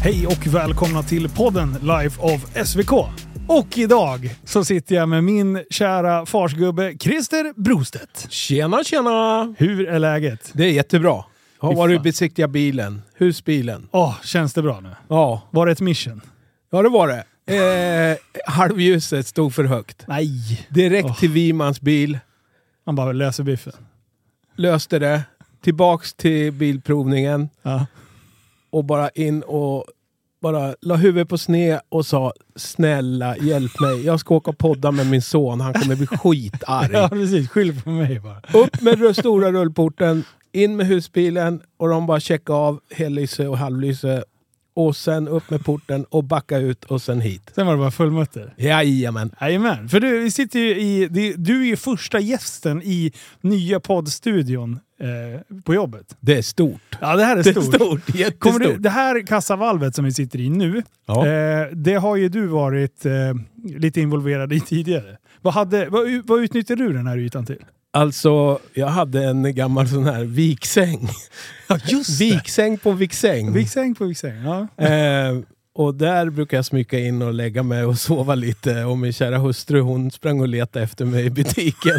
Hej och välkomna till podden Life of SVK. Och idag så sitter jag med min kära farsgubbe Christer Brostedt. Tjena, tjena! Hur är läget? Det är jättebra. Jag har varit besiktiga bilen. Husbilen. Känns det bra nu? Ja. Var det ett mission? Ja, det var det. Halvljuset stod för högt. Nej. Direkt till Wimans bil. Man bara löser biffen. Löste det. Tillbaks till bilprovningen. Ja. Och bara in och bara la huvudet på sned och sa: snälla, hjälp mig. Jag ska åka och podda med min son. Han kommer bli skitarg. Ja, precis. Skyll på mig bara. Upp med den stora rullporten. In med husbilen. Och de bara checka av hellyse och halvlyse. Och sen upp med porten och backa ut och sen hit. Sen var det bara fullmutter. Jajamän. Jajamän. För vi sitter ju du är ju första gästen i nya poddstudion på jobbet. Det är stort. Ja, det här är Det stort. är stort. Jättestort. Det här kassavalvet som vi sitter i nu, Ja. det har ju du varit lite involverad i tidigare. Vad utnyttjar du den här ytan till? Alltså, jag hade en gammal sån här viksäng. Ja, just det. Viksäng på viksäng. Viksäng på viksäng, ja. Och där brukar jag smyka in och lägga mig och sova lite. Och min kära hustru, hon sprang och letade efter mig i butiken.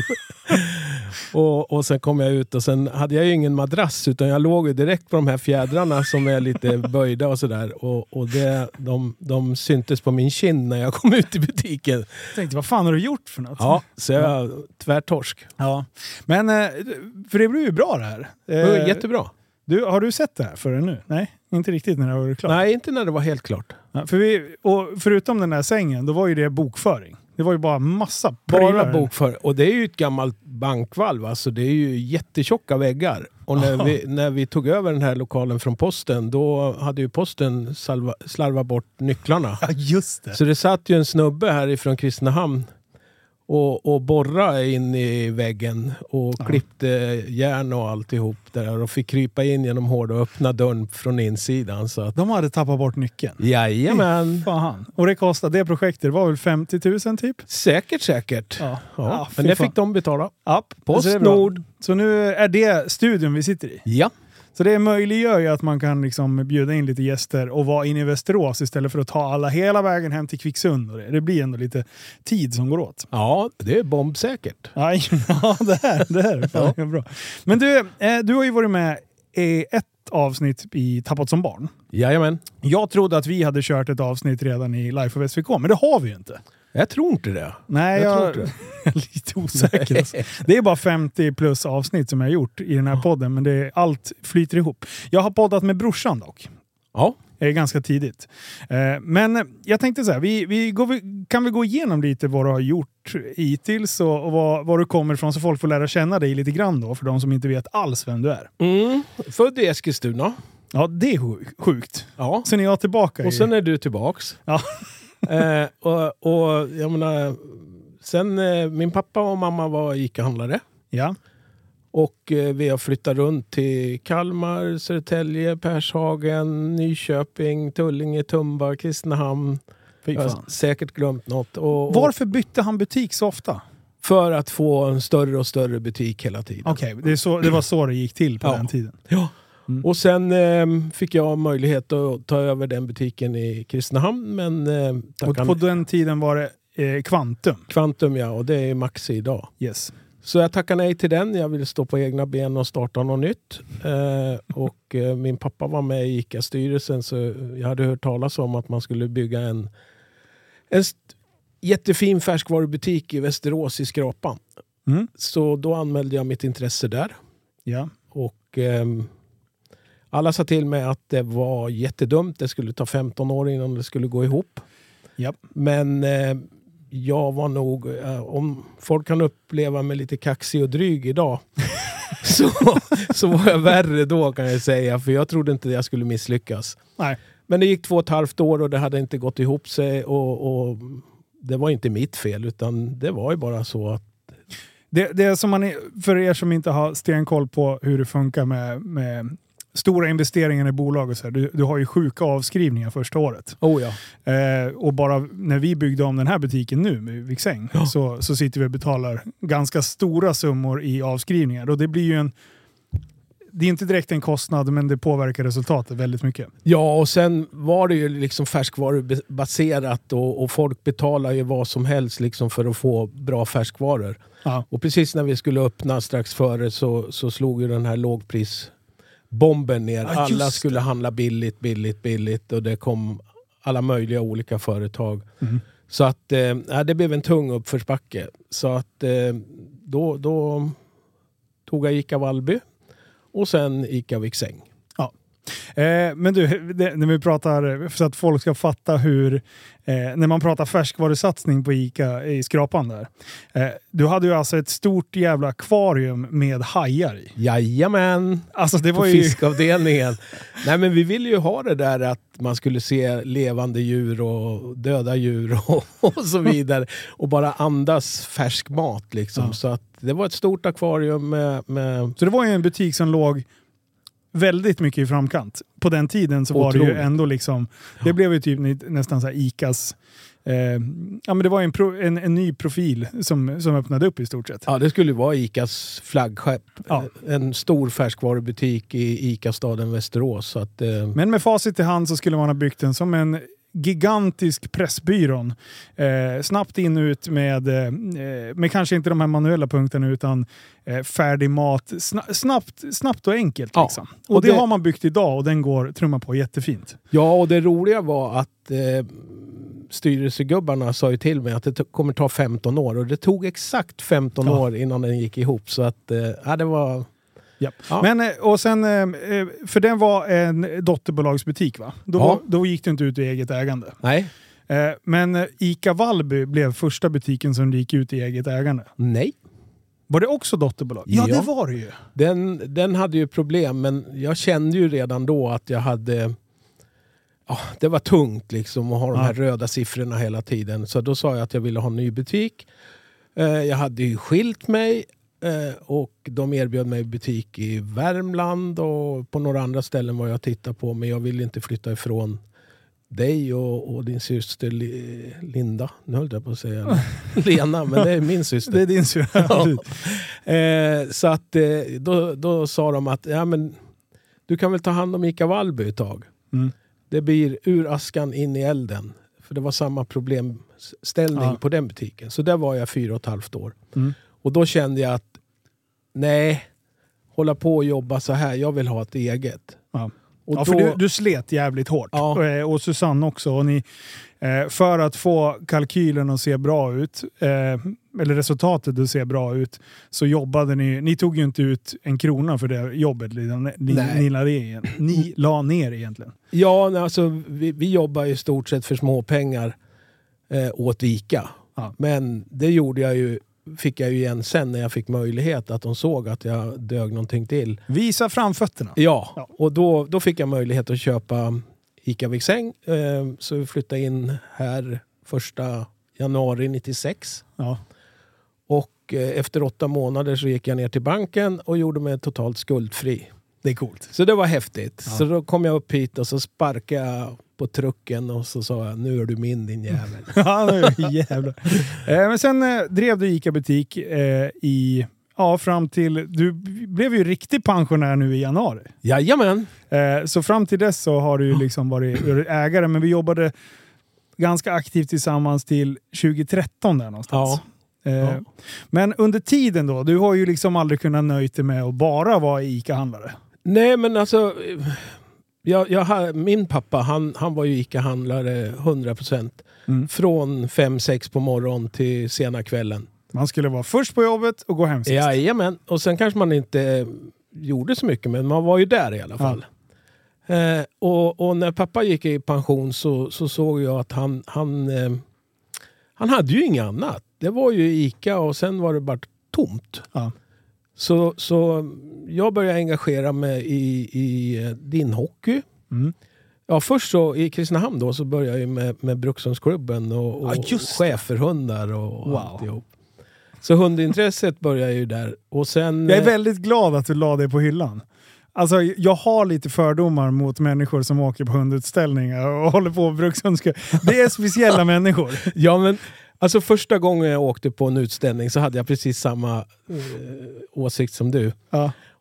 och sen kom jag ut och sen hade jag ju ingen madrass, utan jag låg ju direkt på de här fjädrarna som är lite böjda och sådär. Och de syntes på min kind när jag kom ut i butiken. Jag tänkte, vad fan har du gjort för något? Ja, så jag tvärtorsk. Ja. Men, för det blir ju bra det här. Jättebra. Har du sett det här förrän nu? Nej, inte riktigt när det var klart. Nej, inte när det var helt klart. Ja, förutom den där sängen, då var ju det bokföring. Det var ju bara massa Bara prylar. bokföring. Och det är ju ett gammalt bankvalv. Alltså det är ju jättetjocka väggar. Och när vi tog över den här lokalen från posten, då hade ju posten slarvat bort nycklarna. Ja, just det. Så det satt ju en snubbe här ifrån Kristinehamn och borra in i väggen och klippte järn och alltihop där och fick krypa in genom hård och öppna dörren från insidan. Så att... De hade tappat bort nyckeln. Jajamän. Fan. Och det projektet var väl 50 000 typ? Säkert. Ja, men det fick de betala. Ja, Postnord. Så nu är det studion vi sitter i. Ja. Så det möjliggör ju att man kan liksom bjuda in lite gäster och vara inne i Västerås istället för att ta alla hela vägen hem till Kvicksund. Och det blir ändå lite tid som går åt. Ja, det är bombsäkert. Ja, det här. Fan, ja. Bra. Men du har ju varit med i ett avsnitt i Tappat som barn. Jajamän. Jag trodde att vi hade kört ett avsnitt redan i Life of SVK, men det har vi ju inte. Jag tror inte det. Nej, jag tror inte är lite osäker. Alltså. Det är bara 50 plus avsnitt som jag har gjort i den här podden, men allt flyter ihop. Jag har poddat med brorsan dock. Ja. Ganska tidigt. Men jag tänkte så här, kan vi gå igenom lite vad du har gjort hittills och var du kommer ifrån så folk får lära känna dig lite grann då, för de som inte vet alls vem du är. Född i Eskilstuna. Ja, det är sjukt. Ja. Sen är jag tillbaka. Och sen är du tillbaks. Ja. Och jag menar, sen min pappa och mamma var ICA-handlare. Ja. Och vi har flyttat runt till Kalmar, Södertälje, Pershagen, Nyköping, Tullinge, Tumba, Kristinehamn. Jag har säkert glömt något. Varför bytte han butik så ofta? För att få en större och större butik hela tiden. Okej, det var så det gick till på den tiden. Ja. Och sen fick jag möjlighet att ta över den butiken i Kristinehamn. Men, och på den tiden var det Kvantum. Kvantum, ja. Och det är Maxi idag. Yes. Så jag tackade nej till den. Jag ville stå på egna ben och starta något nytt. Och min pappa var med i ICA-styrelsen, så jag hade hört talas om att man skulle bygga en jättefin färskvarubutik i Västerås i Skrapan. Så då anmälde jag mitt intresse där. Ja. Och alla sa till mig att det var jättedumt. Det skulle ta 15 år innan det skulle gå ihop. Ja. Men jag var nog, om folk kan uppleva mig lite kaxig och dryg idag, så var jag värre då, kan jag säga. För jag trodde inte jag skulle misslyckas. Nej. Men det gick 2,5 år och det hade inte gått ihop sig. Och det var inte mitt fel, utan det var ju bara så att det som för er som inte har stenkoll på hur det funkar med stora investeringar i bolag och så här. Du har ju sjuka avskrivningar första året. Oh ja. Och bara när vi byggde om den här butiken nu med Viksäng, så sitter vi och betalar ganska stora summor i avskrivningar. Och det blir ju det är inte direkt en kostnad, men det påverkar resultatet väldigt mycket. Ja, och sen var det ju liksom färskvarubaserat och folk betalar ju vad som helst liksom för att få bra färskvaror. Ja. Och precis när vi skulle öppna strax före så slog ju den här lågprisbomben ner. Ja, alla skulle handla billigt och det kom alla möjliga olika företag. Mm. Så att det blev en tung uppförsbacke. Så att då tog jag Ica Vallby och sen Ica Viksäng. Ja. Men du, när vi pratar, så att folk ska fatta hur, när man pratar färskvarusatsning på Ica i Skrapan där. Du hade ju alltså ett stort jävla akvarium med hajar i. Jajamän! Alltså det var på ju... fiskavdelningen. Nej, men vi ville ju ha det där att man skulle se levande djur och döda djur och så vidare. Och bara andas färsk mat liksom. Ja. Så att det var ett stort akvarium med... Så det var ju en butik som låg väldigt mycket i framkant. På den tiden så var det ju ändå liksom... Det blev ju typ nästan så här Icas... ja, men det var en ny profil som öppnade upp i stort sett. Ja, det skulle vara Icas flaggskepp. Ja. En stor färskvarubutik i Ica-staden Västerås. Så att, Men med facit i hand så skulle man ha byggt den som en gigantisk pressbyrån. Snabbt in ut med kanske inte de här manuella punkterna utan färdig mat. Snabbt och enkelt. Ja. Liksom. Och det har man byggt idag och den går trumma på jättefint. Ja, och det roliga var att styrelsegubbarna sa ju till mig att det kommer ta 15 år. Och det tog exakt 15 år innan den gick ihop. Så att det var... Ja. Ja. Men, och sen, för den var en dotterbolagsbutik va? Då gick det inte ut i eget ägande. Nej. Men Ica Vallby blev första butiken som gick ut i eget ägande. Nej. Var det också dotterbolag? Ja, det var det ju. Den hade ju problem, men jag kände ju redan då att jag hade... Ja, det var tungt liksom att ha de här röda siffrorna hela tiden. Så då sa jag att jag ville ha en ny butik. Jag hade ju skilt mig och de erbjöd mig butik i Värmland och på några andra ställen var jag tittade på. Men jag ville inte flytta ifrån dig och din syster Linda. Nu höll jag på att säga Lena, men det är min syster. Det är din syster. Ja. Så att då sa de att ja, men du kan väl ta hand om Ica Vallby ett tag. Mm. Det blir ur askan in i elden. För det var samma problemställning på den butiken. Så där var jag 4,5 år. Mm. Och då kände jag att nej, hålla på och jobba så här. Jag vill ha ett eget. Ja. Och ja, för du slet jävligt hårt. Ja. Och Susanne också. Och ni, för att få kalkylen att se bra ut, eller resultatet att se bra ut, så jobbade ni. Ni tog ju inte ut en krona för det jobbet. Ni la ner egentligen. Ja, alltså vi jobbar i stort sett för små pengar åt Ica. Ja. Men det fick jag ju igen sen när jag fick möjlighet att de såg att jag dög någonting till. Visa framfötterna. Ja. Och då fick jag möjlighet att köpa Ica Viksäng. Så vi flyttade in här 1 januari 96. Ja. Och efter 8 månader så gick jag ner till banken och gjorde mig totalt skuldfri. Det är coolt. Så det var häftigt. Ja. Så då kom jag upp hit och så sparkade jag på trucken och så sa jag, nu är du min din jävel. Ja, nu är jävlar. Men sen drev du Ica-butik fram till... Du blev ju riktig pensionär nu i januari. Jajamän. Så fram till dess så har du ju liksom varit ägare, men vi jobbade ganska aktivt tillsammans till 2013 där någonstans. Ja. Men under tiden då, du har ju liksom aldrig kunnat nöjt dig med att bara vara Ica-handlare. Nej, men alltså... min pappa, han var ju Ica-handlare 100%. Från 5-6 på morgon till sena kvällen. Man skulle vara först på jobbet och gå hem sist. Jajamän. Och sen kanske man inte gjorde så mycket, men man var ju där i alla fall. Ja. Och när pappa gick i pension så såg jag att han hade ju inget annat. Det var ju Ica och sen var det bara tomt. Ja. Så jag började engagera mig i din hockey. Mm. Ja, först så i Kristinehamn då så började jag med Brukshundsklubben och schäferhundar och alltihop. Så hundintresset började ju där. Och sen, jag är väldigt glad att du la det på hyllan. Alltså, jag har lite fördomar mot människor som åker på hundutställningar och håller på med brukshundsklubb. Det är speciella människor. Ja, men alltså första gången jag åkte på en utställning så hade jag precis samma åsikt som du. Ja.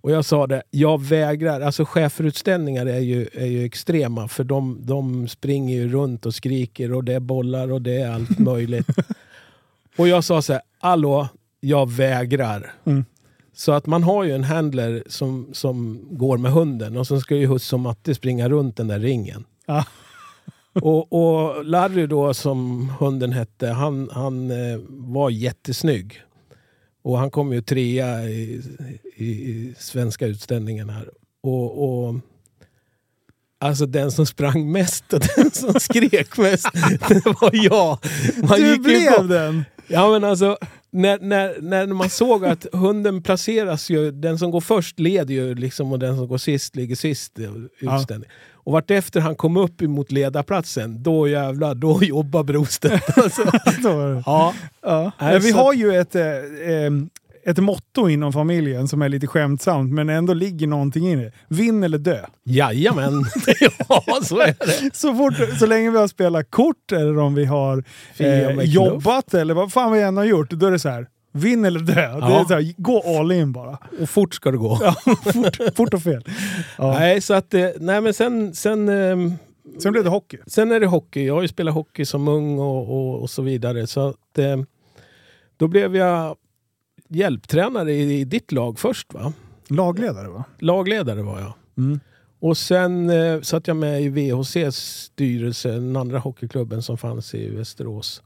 Och jag sa det, jag vägrar. Alltså schäferutställningar är ju extrema. För de springer ju runt och skriker och det är bollar och det är allt möjligt. Och jag sa så här, hallå, jag vägrar. Så att man har ju en handler som går med hunden. Och så ska ju Husse och Matte springa runt den där ringen. Ja. Och Larry då, som hunden hette, han var jättesnygg. Och han kom ju 3 i svenska utställningen här. Och alltså den som sprang mest och den som skrek mest, det var jag. Du blev den! Ja, men alltså när man såg att hunden placeras ju, den som går först leder ju liksom, och den som går sist ligger sist i utställningen. Ja. Och vart efter han kom upp emot ledarplatsen, då jävlar, då jobbar Brostedt. Alltså. Ja. Men vi har ju ett motto inom familjen som är lite skämtsamt, men ändå ligger någonting i det. Vinn eller dö. Jajamän. Ja, så är det. Så länge vi har spelat kort eller om vi har jobbat eller vad fan vi än har gjort, då är det så här, vinn eller dö. Ja. Det är så här, gå all in bara. Och fort ska det gå. Ja, fort och fel. Ja. Nej, så att, nej men sen blev det hockey. Sen är det hockey. Jag har ju spelat hockey som ung och så vidare. Så att, då blev jag hjälptränare i ditt lag först, va? Lagledare, va? Lagledare var jag. Och sen satt jag med i VHCs styrelse, den andra hockeyklubben som fanns i Västerås.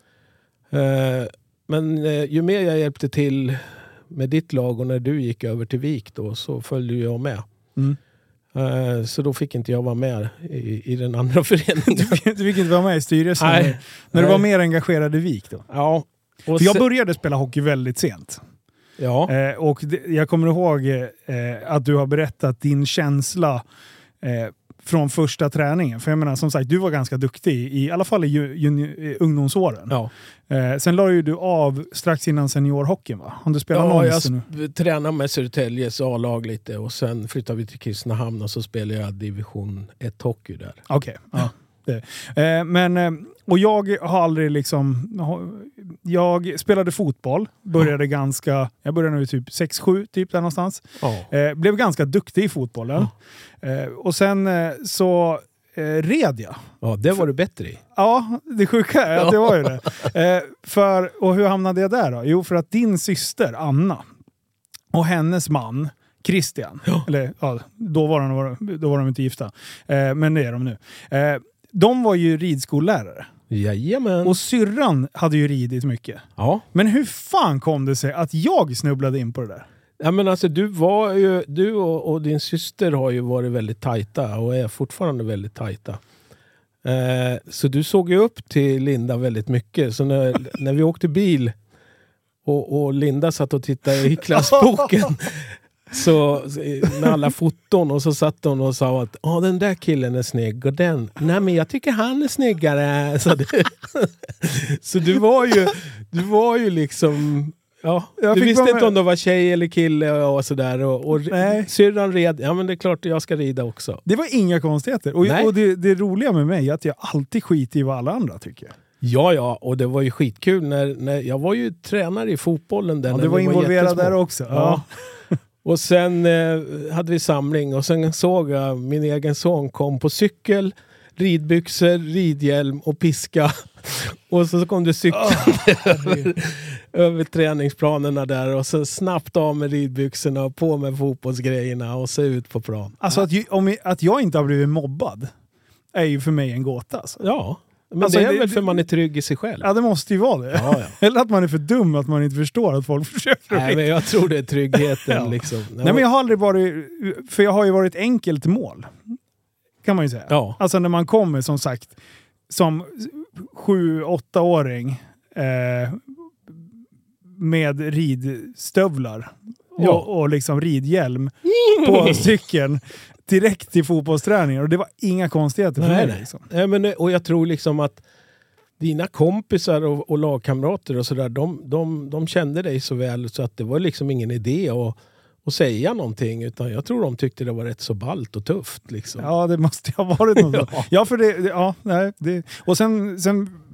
Men ju mer jag hjälpte till med ditt lag och när du gick över till Vik då, så följde jag med. Så då fick inte jag vara med i den andra föreningen. Du fick inte vara med i styrelsen när du var mer engagerad i Vik då? Ja. För jag började spela hockey väldigt sent. Ja. Och jag kommer ihåg att du har berättat din känsla från första träningen. För jag menar, som sagt, du var ganska duktig i alla fall i ungdomsåren. Ja. Sen la ju du av strax innan seniorhockeyn, va? Om du spelar någonsin nu. Jag tränade med Södertäljes A-lag lite och sen flyttade vi till Kristinehamn och så spelade jag division 1 hockey där. Okej. Ja. Och jag har aldrig liksom... Jag spelade fotboll. Jag började nu typ 6-7 typ där någonstans. Blev ganska duktig i fotbollen. Och sen så red jag. Ja, det var du bättre i. Ja, det sjuka är att det var ju det. Och hur hamnade jag där då? Jo, för att din syster Anna och hennes man Christian, eller då var de inte gifta. Men det är de nu. De var ju ridskollärare. Jajamän. Och syrran hade ju ridit mycket. Ja. Men hur fan kom det sig att jag snubblade in på det där? Ja, men alltså du och din syster har ju varit väldigt tajta och är fortfarande väldigt tajta. Så du såg ju upp till Linda väldigt mycket. Så när vi åkte bil och Linda satt och tittade i klassboken så med alla foton och så satt hon och sa att den där killen är snygg och den, nej men jag tycker han är snyggare. Så du var ju liksom, du visste inte om det var tjej eller kille och sådär och syrran red, ja men det är klart jag ska rida också. Det var inga konstigheter och det roliga med mig är att jag alltid skiter i vad alla andra tycker. Ja, och det var ju skitkul när jag var ju tränare i fotbollen där. Ja, du var involverad där också. Ja. Och sen hade vi samling och sen såg jag min egen son kom på cykel, ridbyxor, ridhjälm och piska. Och så kom det cykeln över träningsplanerna där och så snabbt av med ridbyxorna och på med fotbollsgrejerna och så ut på plan. Alltså att jag inte har blivit mobbad är ju för mig en gåta. Alltså. Ja. Men alltså, det är väl för man är trygg i sig själv. Ja, det måste ju vara det. Ja. Eller att man är för dum att man inte förstår att folk försöker. Nej, men jag tror det är tryggheten. Liksom. Nej, men jag har aldrig varit... För jag har ju varit enkelt mål. Kan man ju säga. Ja. Alltså när man kommer, som sagt, som 7-8-åring med ridstövlar och liksom ridhjälm på cykeln direkt till fotbollsträningen. Och det var inga konstigheter för mig. Liksom. Men, och jag tror liksom att dina kompisar och lagkamrater och sådär, de kände dig så väl så att det var liksom ingen idé att säga någonting, utan jag tror de tyckte det var rätt så ballt och tufft. Liksom. Ja, det måste ha varit något. Ja, för det... Ja, nej, det. Och sen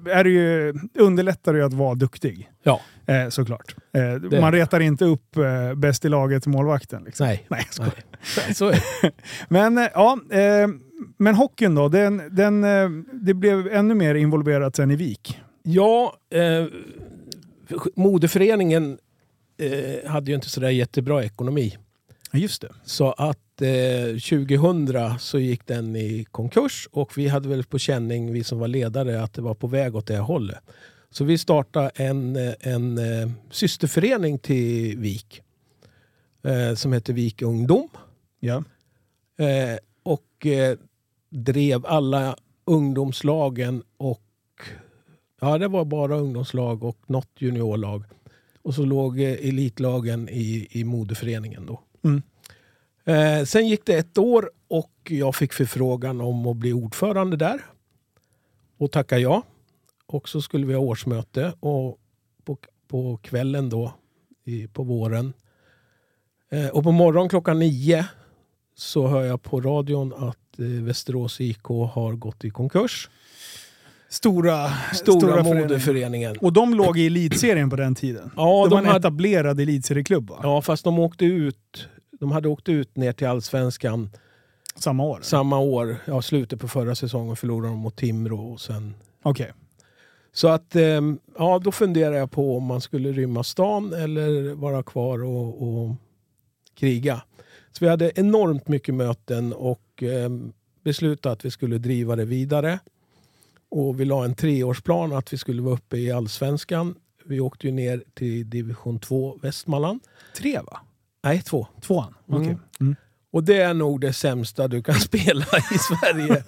är det ju, underlättar det ju att vara duktig. Ja. Såklart. Man retar inte upp bäst i laget målvakten. Liksom. Nej, så är det. Men men hockeyn då, det blev ännu mer involverat sen i Vik. Ja, Modeföreningen hade ju inte sådär jättebra ekonomi. Just det. Så att 2000 så gick den i konkurs och vi hade väl på känning, vi som var ledare, att det var på väg åt det hållet. Så vi startade en systerförening till Vik som heter Vik Ungdom. Ja. Och drev alla ungdomslagen och det var bara ungdomslag och något juniorlag. Och så låg elitlagen i modeföreningen då. Mm. Sen gick det 1 år och jag fick förfrågan om att bli ordförande där. Och tackade ja. Och så skulle vi ha årsmöte och på kvällen då, på våren. Och på morgon 9:00 så hör jag på radion att Västerås IK har gått i konkurs. Stora modeföreningen. Och de låg i elitserien på den tiden. Ja, de var en etablerad elitserieklubb, va? Ja, fast de hade åkt ut ner till Allsvenskan samma år. Ja, slutet på förra säsongen förlorade de mot Timrå och sen... Okej. Så att, då funderar jag på om man skulle rymma stan eller vara kvar och kriga. Så vi hade enormt mycket möten och beslutade att vi skulle driva det vidare. Och vi la en 3-årsplan att vi skulle vara uppe i Allsvenskan. Vi åkte ju ner till division 2 Västmanland. 3, va? Nej, 2. 2. Okej. Mm. Och det är nog det sämsta du kan spela i Sverige.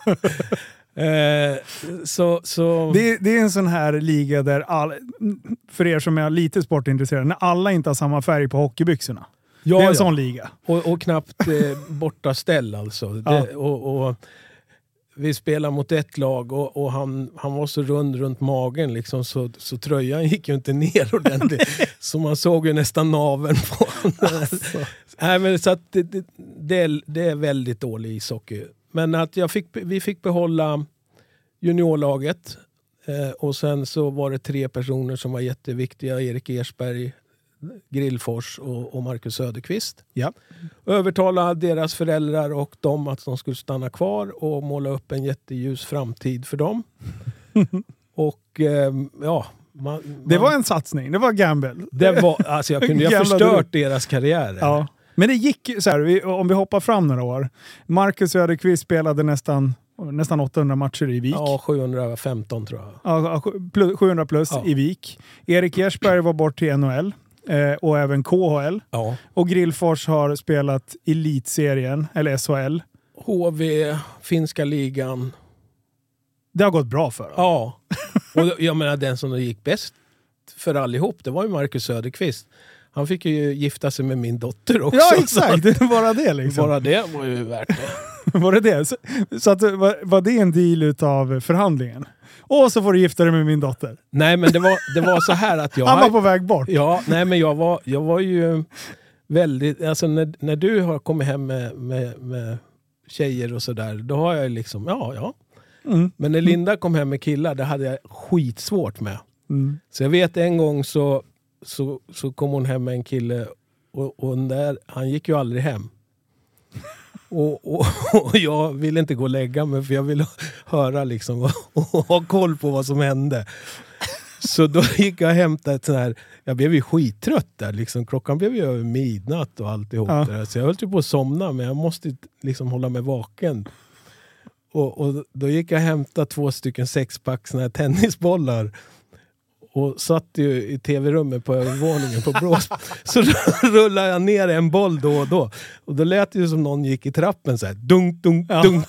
Det är en sån här liga där för er som är lite sportintresserade, när alla inte har samma färg på hockeybyxorna. Ja, det är en sån liga. Och knappt borta ställ alltså. Ja. Och vi spelade mot ett lag och han var så rund runt magen liksom, så tröjan gick ju inte ner ordentligt. Så man såg ju nästan naveln på honom. Alltså. Nej, men så att det är väldigt dålig ishockey. Men att vi fick behålla juniorlaget och sen så var det 3 personer som var jätteviktiga. Erik Ersberg, Grillfors och Marcus Söderqvist. Ja. Övertala deras föräldrar och dem att de skulle stanna kvar och måla upp en jätteljus framtid för dem. Och det var en satsning, det var gamble. Det var, alltså jag kunde ju ha förstört deras karriärer. Ja. Men det gick så här, om vi hoppar fram några år. Marcus Söderqvist spelade nästan 800 matcher i Vik. Ja, 715 tror jag. Ja, 700 plus i Vik. Erik Ersberg var bort till NHL och även KHL. Ja. Och Grillfors har spelat elitserien, eller SHL. HV, finska ligan. Det har gått bra för dem. Ja, och jag menar den som gick bäst för allihop, det var ju Marcus Söderqvist. Han fick ju gifta sig med min dotter också. Ja, exakt. Det bara det liksom. Bara det var ju värt det. Var det det? Så att, var det en deal utav förhandlingen? Och så får du gifta dig med min dotter. Nej, men det var så här att jag... Han var på väg bort. Ja, nej men jag var ju väldigt... Alltså när du har kommit hem med tjejer och sådär, då har jag liksom... Ja. Mm. Men när Linda kom hem med killar, det hade jag skitsvårt med. Mm. Så jag vet en gång så kom hon hem med en kille och han gick ju aldrig hem. Och jag ville inte gå och lägga mig för jag ville höra liksom och ha koll på vad som hände. Så då gick jag och hämtade ett sånt här, jag blev ju skittrött där liksom, klockan blev ju över midnatt och alltihop där. Så jag höll ju på att somna, men jag måste liksom hålla mig vaken. Och då gick jag och hämtade 2 6-pack såna här tennisbollar. Och satt ju i tv-rummet på övervåningen på Brås. Så rullade jag ner en boll då och då. Och då lät det ju som någon gick i trappen så här. Dunk, dunk, dunk.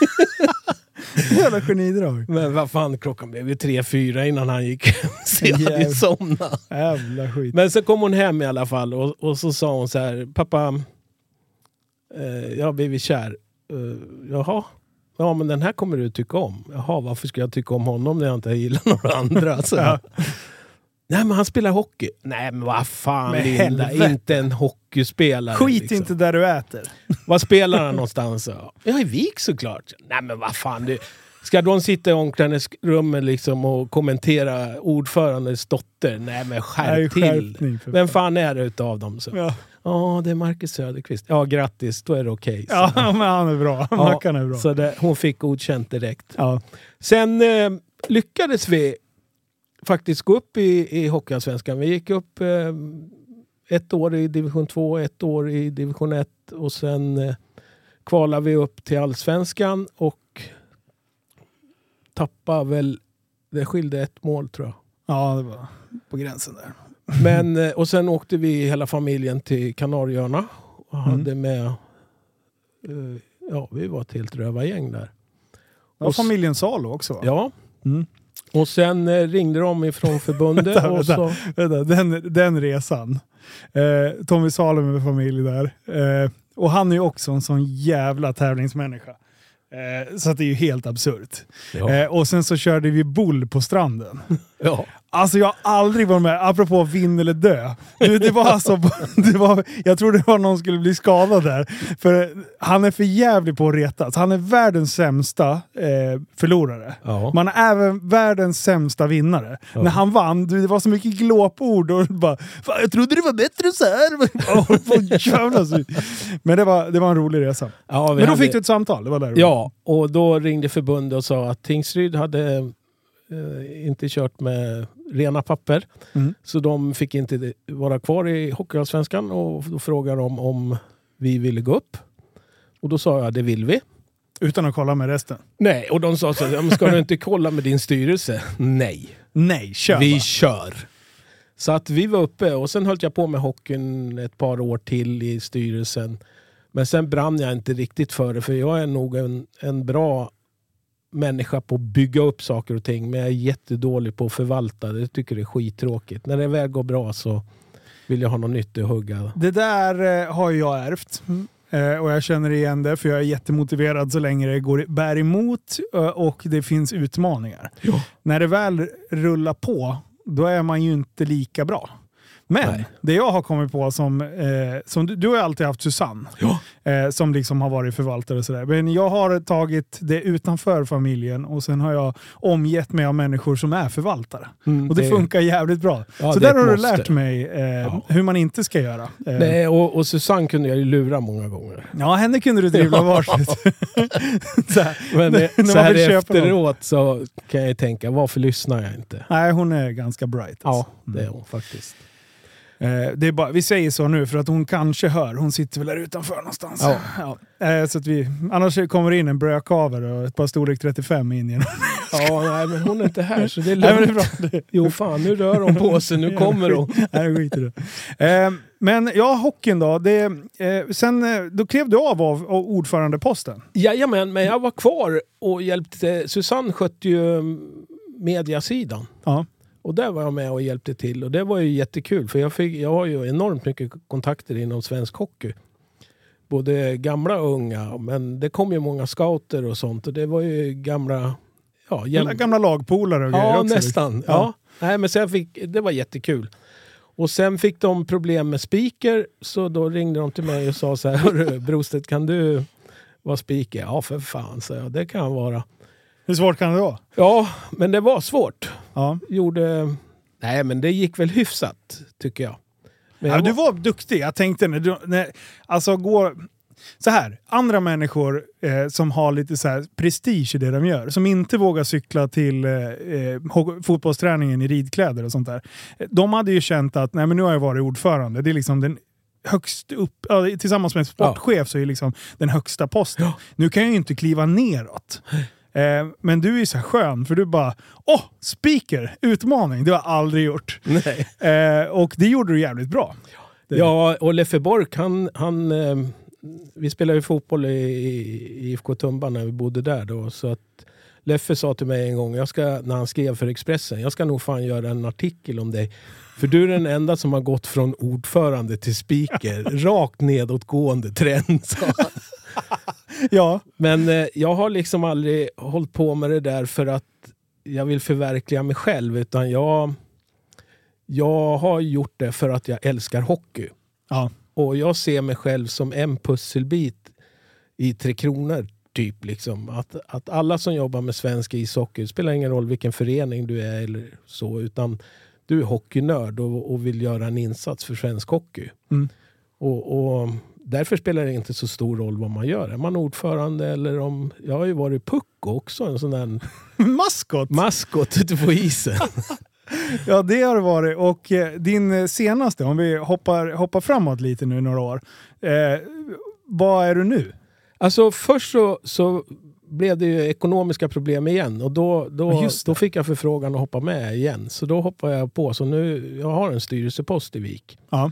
Jävla genidrag. Men vad fan, klockan blev ju 3-4 innan han gick hem. Så jag hade ju somnat. Jävla skit. Men så kom hon hem i alla fall. Och så sa hon så här. Pappa, jag har blivit kär. Jaha. Ja, men den här kommer du tycka om. Jaha, varför ska jag tycka om honom när jag inte gillar några andra? Så. Ja. Nej, men han spelar hockey. Nej, men vad fan, men Linda, inte en hockeyspelare. Skit liksom. inte där du äter. Vad spelar han någonstans? Ja, i Vik såklart. Nej, men vad fan, Ska de sitta i omklädningsrummet liksom och kommentera ordförandens dotter? Nej, men skärp till. Vem fan är det utav dem? Så. Ja, det är Marcus Söderqvist. Ja, grattis, då är det okej. Ja, men han är bra. Mackan är bra. Så hon fick godkänt direkt. Ja. Sen lyckades vi faktiskt gå upp i Hockeyallsvenskan. Vi gick upp ett år i division 2, ett år i division 1 och sen kvalade vi upp till Allsvenskan och tappade väl, det skilde ett mål tror jag. Ja, det var på gränsen där. Men, och sen åkte vi hela familjen till Kanarieöarna och hade med, vi var ett helt rövargäng där. Och familjen Salo också va? Ja. Och sen ringde de ifrån förbundet. Den resan. Tommy Salo med familj där. Och han är ju också en sån jävla tävlingsmänniska. Så att det är ju helt absurt. Ja. Och sen så körde vi boll på stranden. Ja. Alltså jag har aldrig varit med, apropå vinn eller dö. Det var alltså, jag tror det var någon som skulle bli skadad där. För han är för jävlig på att retas. Han är världens sämsta förlorare. Ja. Man är även världens sämsta vinnare. Ja. När han vann, det var så mycket glåpord och bara, jag trodde det var bättre så här. Men det var en rolig resa. Ja, men då fick du ett samtal. Det var där. Ja, och då ringde förbundet och sa att Tingsryd hade inte kört med rena papper. Så de fick inte vara kvar i Hockeyallsvenskan och då frågade de om vi ville gå upp. Och då sa jag, det vill vi. Utan att kolla med resten? Nej, och de sa så, ska du inte kolla med din styrelse? Nej. Nej, kör vi bara. Kör. Så att vi var uppe och sen höll jag på med hockeyn ett par år till i styrelsen. Men sen brann jag inte riktigt för det, för jag är nog en bra människa på att bygga upp saker och ting, men jag är jättedålig på att förvalta det. Jag tycker det är skittråkigt. När det väl går bra så vill jag ha något nytt att hugga. Det där har jag ärvt. Och jag känner igen det, för jag är jättemotiverad så länge det bär emot och det finns utmaningar. Ja. När det väl rullar på, då är man ju inte lika bra. Men det jag har kommit på som du har alltid haft Susanne som liksom har varit förvaltare och sådär. Men jag har tagit det utanför familjen och sen har jag omgett mig av människor som är förvaltare. Och det funkar jävligt bra. Ja, så där har du lärt mig hur man inte ska göra. Nej, och Susanne kunde jag ju lura många gånger. Ja, henne kunde du dribbla varsitt. Men så här efteråt så kan jag tänka, varför lyssnar jag inte? Nej, hon är ganska bright. Alltså. Ja, det är hon faktiskt. Det är bara, vi säger så nu för att hon kanske hör. Hon sitter väl där utanför någonstans. Ja. Så att annars kommer det in en brödkaver och ett par storlek 35 in igen. Ja, nej, men hon är inte här så det är lugnt. Nej, det är bra. Jo fan, nu rör hon på sig. Nu kommer hon. Nej, skit i det. Men hockeyn då. Sen då klev du av ordförandeposten. Jajamän, men jag var kvar och hjälpte. Susanne skötte ju mediasidan. Ja. Och där var jag med och hjälpte till. Och det var ju jättekul. För jag har ju enormt mycket kontakter inom svensk hockey. Både gamla och unga. Men det kom ju många scouter och sånt. Och det var ju gamla lagpolare och grejer också. Nästan. Liksom. Ja. Nej, men sen det var jättekul. Och sen fick de problem med speaker. Så då ringde de till mig och sa så här. Brostedt, kan du vara speaker? Ja, för fan, så jag. Det kan vara. Hur svårt kan det vara? Ja, men det var svårt. Ja. Nej, men det gick väl hyfsat, tycker jag. Men du var duktig. Jag tänkte, så här, andra människor som har lite så här prestige i det de gör, som inte vågar cykla till fotbollsträningen i ridkläder och sånt där. De hade ju känt att, nej men nu har jag varit ordförande. Det är liksom den högst upp, tillsammans med en sportchef så är det liksom den högsta posten. Ja. Nu kan jag ju inte kliva neråt. Men du är så skön, för du bara speaker, utmaning, det har jag aldrig gjort. Nej. Och det gjorde du jävligt bra. Ja, och Leffe Bork, han vi spelade ju fotboll i IFK Tumba när vi bodde där då, så att Leffe sa till mig en gång, när han skrev för Expressen, jag ska nog fan göra en artikel om dig. För du är den enda som har gått från ordförande till speaker. Rakt nedåtgående trend. Ja. Men jag har liksom aldrig hållit på med det där för att jag vill förverkliga mig själv. Utan jag har gjort det för att jag älskar hockey. Ja. Och jag ser mig själv som en pusselbit i 3 Kronor. typ liksom. Att alla som jobbar med svensk ishockey, det spelar ingen roll vilken förening du är eller så, utan du är hockeynörd och vill göra en insats för svensk hockey. Och därför spelar det inte så stor roll vad man gör. Är man ordförande eller om... Jag har ju varit pucko också, en sån där... Maskot ute på isen. Ja, det har det varit. Och din senaste, om vi hoppar framåt lite nu några år. Vad är du nu? Alltså först så blev det ju ekonomiska problem igen. Och då fick jag förfrågan att hoppa med igen. Så då hoppade jag på. Så nu, jag har en styrelsepost i Vik. Ja.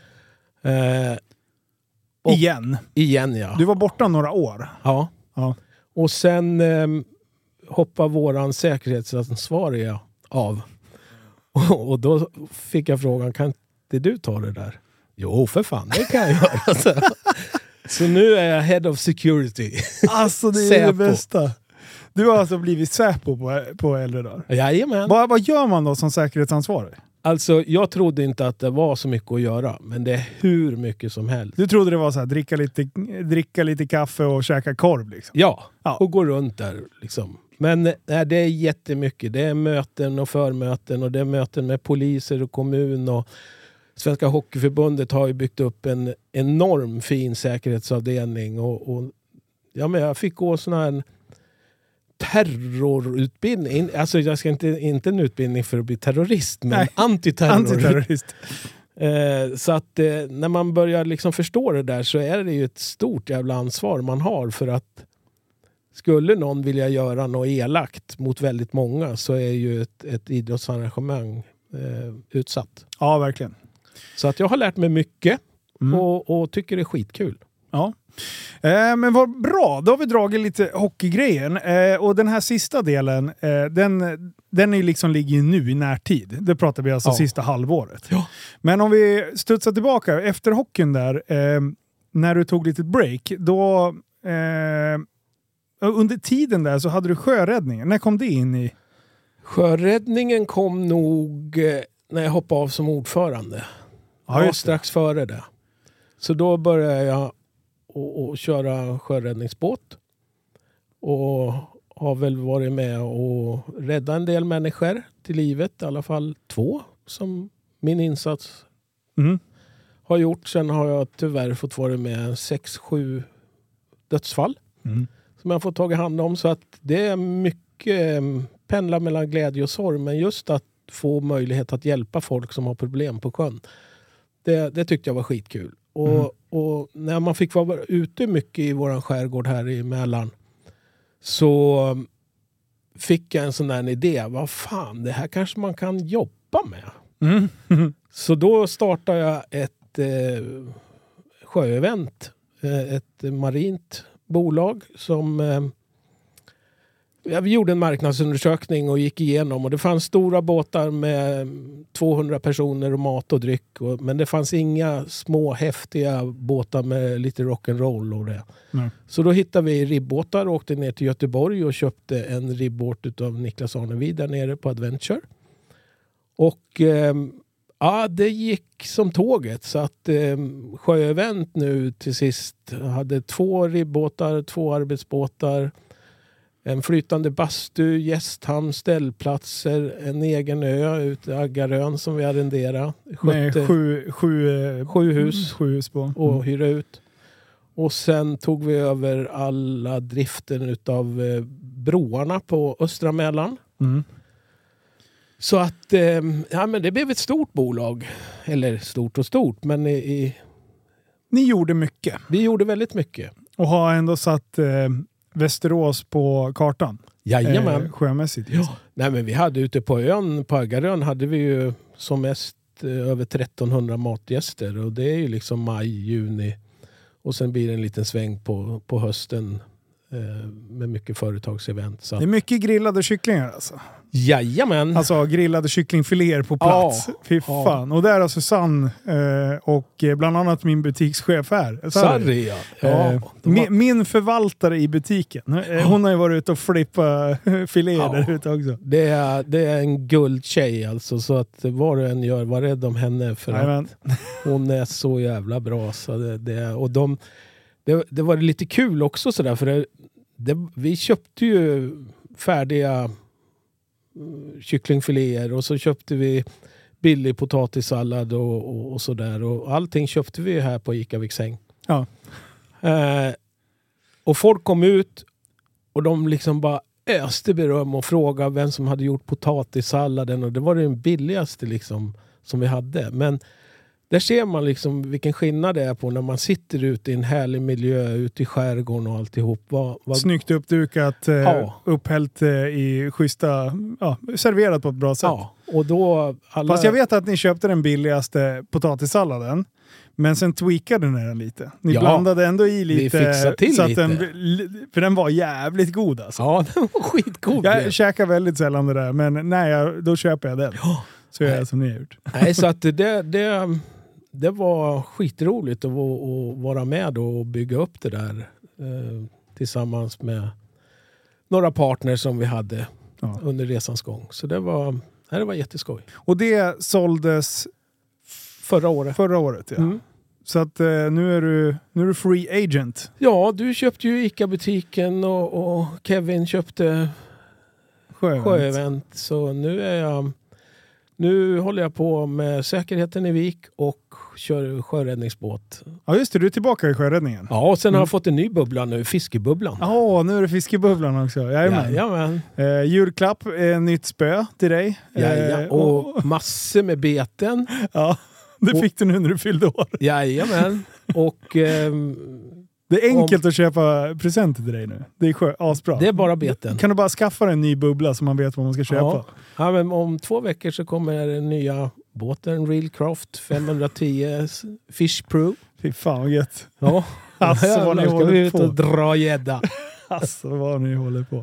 Igen, ja. Du var borta några år. Ja. Och sen hoppade våran säkerhetsansvariga av. Och då fick jag frågan, kan inte du ta det där? Jo, för fan, det kan jag göra. Så nu är jag head of security. Alltså det är det bästa. Du har alltså blivit Säpo på äldre dagar. Jajamän. Vad gör man då som säkerhetsansvarig? Alltså jag trodde inte att det var så mycket att göra. Men det är hur mycket som helst. Du trodde det var så här, dricka lite kaffe och käka korv liksom? Ja. Och gå runt där liksom. Men det är jättemycket. Det är möten och förmöten. Och det är möten med poliser och kommun. Och Svenska Hockeyförbundet har ju byggt upp en enorm fin säkerhetsavdelning. Och ja, men jag fick gå sån här terrorutbildning. Alltså jag ska inte en utbildning för att bli terrorist. Men antiterrorist. Så att när man börjar liksom förstå det där så är det ju ett stort jävla ansvar man har, för att skulle någon vilja göra något elakt mot väldigt många så är ju ett idrottsarrangemang utsatt. Ja, verkligen. Så att jag har lärt mig mycket och tycker det är skitkul. Ja. Men vad bra, då har vi dragit lite hockeygrejen. Och den här sista delen, den är liksom ligger nu i närtid. Det pratar vi alltså sista halvåret. Ja. Men om vi studsar tillbaka efter hockeyn där, när du tog lite break, då under tiden där så hade du sjöräddningen. När kom det in i? Sjöräddningen kom nog när jag hoppade av som ordförande. Ja, strax före det. Så då började jag och köra sjöräddningsbåt. Och har väl varit med och rädda en del människor till livet. I alla fall 2 som min insats har gjort. Sen har jag tyvärr fått vara med 6-7 dödsfall. Som jag får tagit hand om. Så att det är mycket pendla mellan glädje och sorg. Men just att få möjlighet att hjälpa folk som har problem på sjön. Det tyckte jag var skitkul. Och när man fick vara ute mycket i våran skärgård här i Mälaren så fick jag en sån där idé. Vad fan, det här kanske man kan jobba med. Så då startade jag ett sjöevent. Ett marint bolag som... vi gjorde en marknadsundersökning och gick igenom, och det fanns stora båtar med 200 personer och mat och dryck. Men det fanns inga små häftiga båtar med lite rock'n'roll och det. Så då hittade vi ribbåtar och åkte ner till Göteborg och köpte en ribbåt av Niklas Arnevid där nere på Adventure. Och det gick som tåget, så att sjöevent nu till sist hade 2 ribbåtar, 2 arbetsbåtar, en flytande bastu, gästhamn, ställplatser, en egen ö ute i Aggarön som vi arrenderade. Med 7 hus. 7 hus på. Och hyra ut. Och sen tog vi över alla driften utav broarna på Östra Mälaren. Så att men det blev ett stort bolag. Eller stort, men ni gjorde mycket. Vi gjorde väldigt mycket. Och har ändå satt Västerås på kartan. Jajamän. Sjömässigt. Ja. Nej, men vi hade ute på ön, på Aggarön hade vi ju som mest över 1300 matgäster. Och det är ju liksom maj, juni. Och sen blir det en liten sväng på hösten med mycket företagsevent. Så. Det är mycket grillade kycklingar alltså. Jajamän. Alltså grillade kycklingfiléer på plats. Fy fan. Och där är Susanne och bland annat min butikschef här. Sarri, ja. Min förvaltare i butiken. Hon har ju varit ute och flippat filéer där ute också. Det är en guldtjej alltså. Så att vad du än gör, var rädd om henne. För att hon är så jävla bra. Så det var lite kul också sådär. För vi köpte ju färdiga kycklingfiléer och så köpte vi billig potatissallad och sådär. Och allting köpte vi här på ICA Viksäng. Ja. Och folk kom ut och de liksom bara öste beröm och frågade vem som hade gjort potatissalladen. Och det var den billigaste liksom som vi hade. Men där ser man liksom vilken skillnad det är på när man sitter ute i en härlig miljö ute i skärgården och alltihop. Snyggt uppdukat, upphällt i schyssta, serverat på ett bra sätt. Ja, och då Fast jag vet att ni köpte den billigaste potatissalladen. Men sen tweakade ni den lite. Ni blandade ändå i lite. Vi fixade till så lite. Att för den var jävligt god alltså. Ja, den var skitgod. Jag käkar väldigt sällan det där. Men då köper jag den. Så gör jag som ni har gjort. Nej, så att det var skitroligt att vara med och bygga upp det där tillsammans med några partners som vi hade under resans gång. Så det var jätteskoj. Och det såldes förra året, ja. Mm. Så att nu är du free agent. Ja, du köpte ju ICA-butiken och Kevin köpte Sjöevent. Så nu håller jag på med säkerheten i Vik och kör sjöräddningsbåt. Ja just det, du är tillbaka i sjöräddningen. Ja, och sen har jag fått en ny bubbla nu, fiskebubblan. Ja, nu är det fiskebubblan också. Jajamän. Julklapp, nytt spö till dig. Och massor med beten. Ja, det fick du nu när du fyllde år. Jajamän. Och det är enkelt att köpa presenter till dig nu. Det är asbra. Det är bara beten. Kan du bara skaffa en ny bubbla så man vet vad man ska köpa? Ja, men om 2 veckor så kommer den nya båten Real Craft 510 Fish Pro. Fy fan vad gött. Ja. Alltså vad ni håller ut och dra gädda. Alltså vad ni håller på.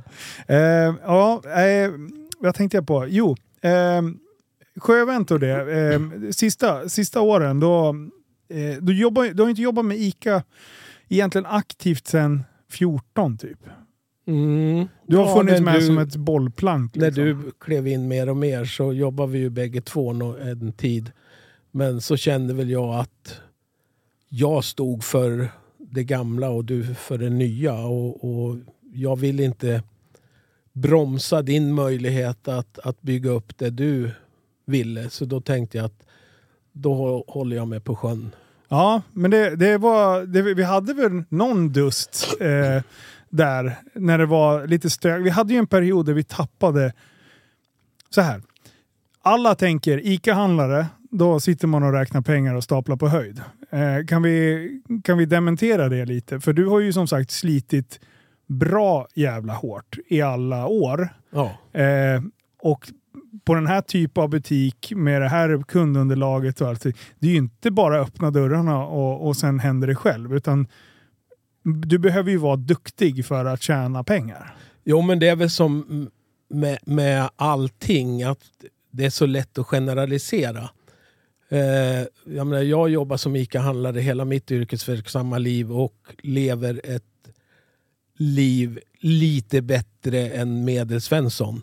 Vad tänkte jag på? Jo, Sjöevent och det. Sista åren då du har inte jobbat med ICA egentligen aktivt sedan 14 typ. Du har funnits med som ett bollplank. Liksom. När du klev in mer och mer så jobbade vi ju bägge två en tid. Men så kände väl jag att jag stod för det gamla och du för det nya. Och jag vill inte bromsa din möjlighet att bygga upp det du ville. Så då tänkte jag att då håller jag med på sjön. Ja, men vi hade väl någon dust där när det var lite stök. Vi hade ju en period där vi tappade så här. Alla tänker ICA-handlare, då sitter man och räknar pengar och staplar på höjd. Kan vi dementera det lite? För du har ju som sagt slitit bra jävla hårt i alla år. Ja. Och på den här typen av butik med det här kundunderlaget och allt. Det är ju inte bara öppna dörrarna och sen händer det själv. Utan du behöver ju vara duktig för att tjäna pengar. Jo, men det är väl som med allting att det är så lätt att generalisera. Jag jobbar som ICA-handlare hela mitt yrkesverksamma liv och lever ett liv lite bättre än Medelsvensson.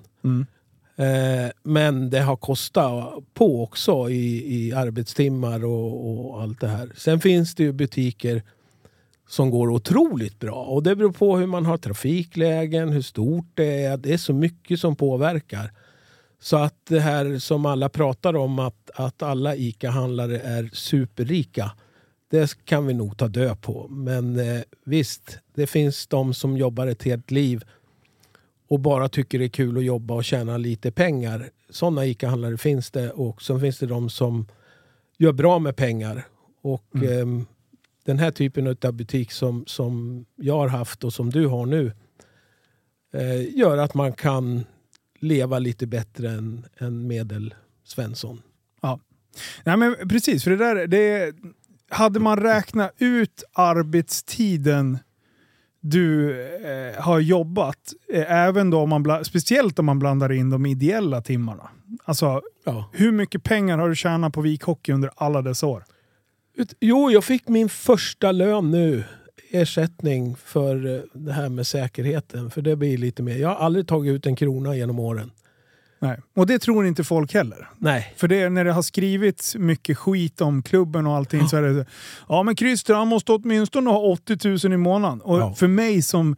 Men det har kostat på också i arbetstimmar och allt det här. Sen finns det ju butiker som går otroligt bra. Och det beror på hur man har trafiklägen, hur stort det är. Det är så mycket som påverkar. Så att det här som alla pratar om att alla ICA-handlare är superrika. Det kan vi nog ta död på. Men visst, det finns de som jobbar ett helt liv och bara tycker det är kul att jobba och tjäna lite pengar. Sådana ICA-handlare finns det. Och så finns det de som gör bra med pengar. Och den här typen av butik som jag har haft och som du har nu gör att man kan leva lite bättre än Medelsvensson. Ja, nej men precis. För det hade man räknat ut arbetstiden du har jobbat, även då speciellt om man blandar in de ideella timmarna. Alltså, hur mycket pengar har du tjänat på Vik Hockey under alla dessa år? Jo, jag fick min första lön nu. Ersättning för det här med säkerheten. För det blir lite mer. Jag har aldrig tagit ut en krona genom åren. Nej, och det tror inte folk heller. Nej. För det, när det har skrivits mycket skit om klubben och allting så är det men Christer, han måste åtminstone ha 80 000 i månaden. Och för mig som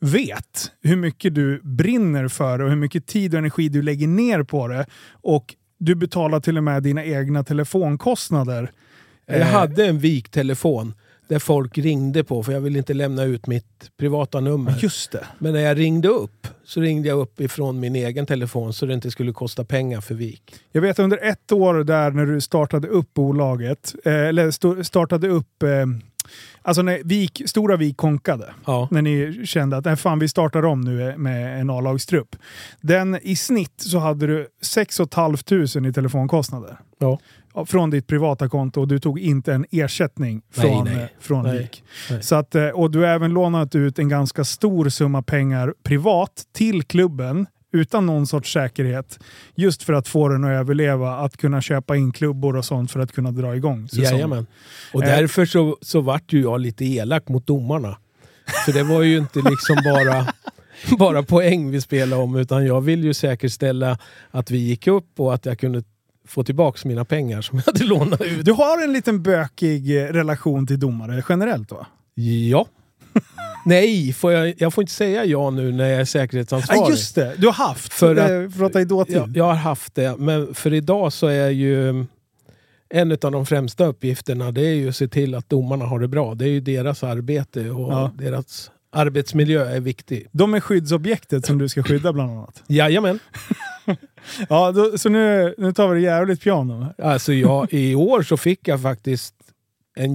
vet hur mycket du brinner för och hur mycket tid och energi du lägger ner på det. Och du betalar till och med dina egna telefonkostnader. Jag hade en viktelefon där folk ringde på, för jag ville inte lämna ut mitt privata nummer. Just det. Men när jag ringde upp så ringde jag upp ifrån min egen telefon så det inte skulle kosta pengar för vik. Jag vet under ett år där när du startade upp bolaget, startade upp, alltså när Stora Vik konkade. Ja. När ni kände att fan, vi startar om nu med en A-lagstrupp. Den i snitt så hade du 6 500 i telefonkostnader. Ja. Från ditt privata konto, och du tog inte en ersättning från Vik. Nej. Så att, och du har även lånat ut en ganska stor summa pengar privat till klubben utan någon sorts säkerhet, just för att få den att överleva, att kunna köpa in klubbor och sånt för att kunna dra igång säsongen. Jajamän. Och därför så vart ju jag lite elak mot domarna. För det var ju inte liksom bara poäng vi spelade om, utan jag vill ju säkerställa att vi gick upp och att jag kunde få tillbaka mina pengar som jag hade lånat ut. Du har en liten bökig relation till domare generellt då? Ja. Nej, jag får inte säga ja nu när jag är säkerhetsansvarig. Ja, just det. Du har haft. Prata i dåtid. Jag har haft det. Men för idag så är ju en av de främsta uppgifterna, det är ju att se till att domarna har det bra. Det är ju deras arbete och deras arbetsmiljö är viktig. De är skyddsobjektet som du ska skydda bland annat. Jajamän. Ja, så nu tar vi det jävligt piano. Alltså i år så fick jag faktiskt en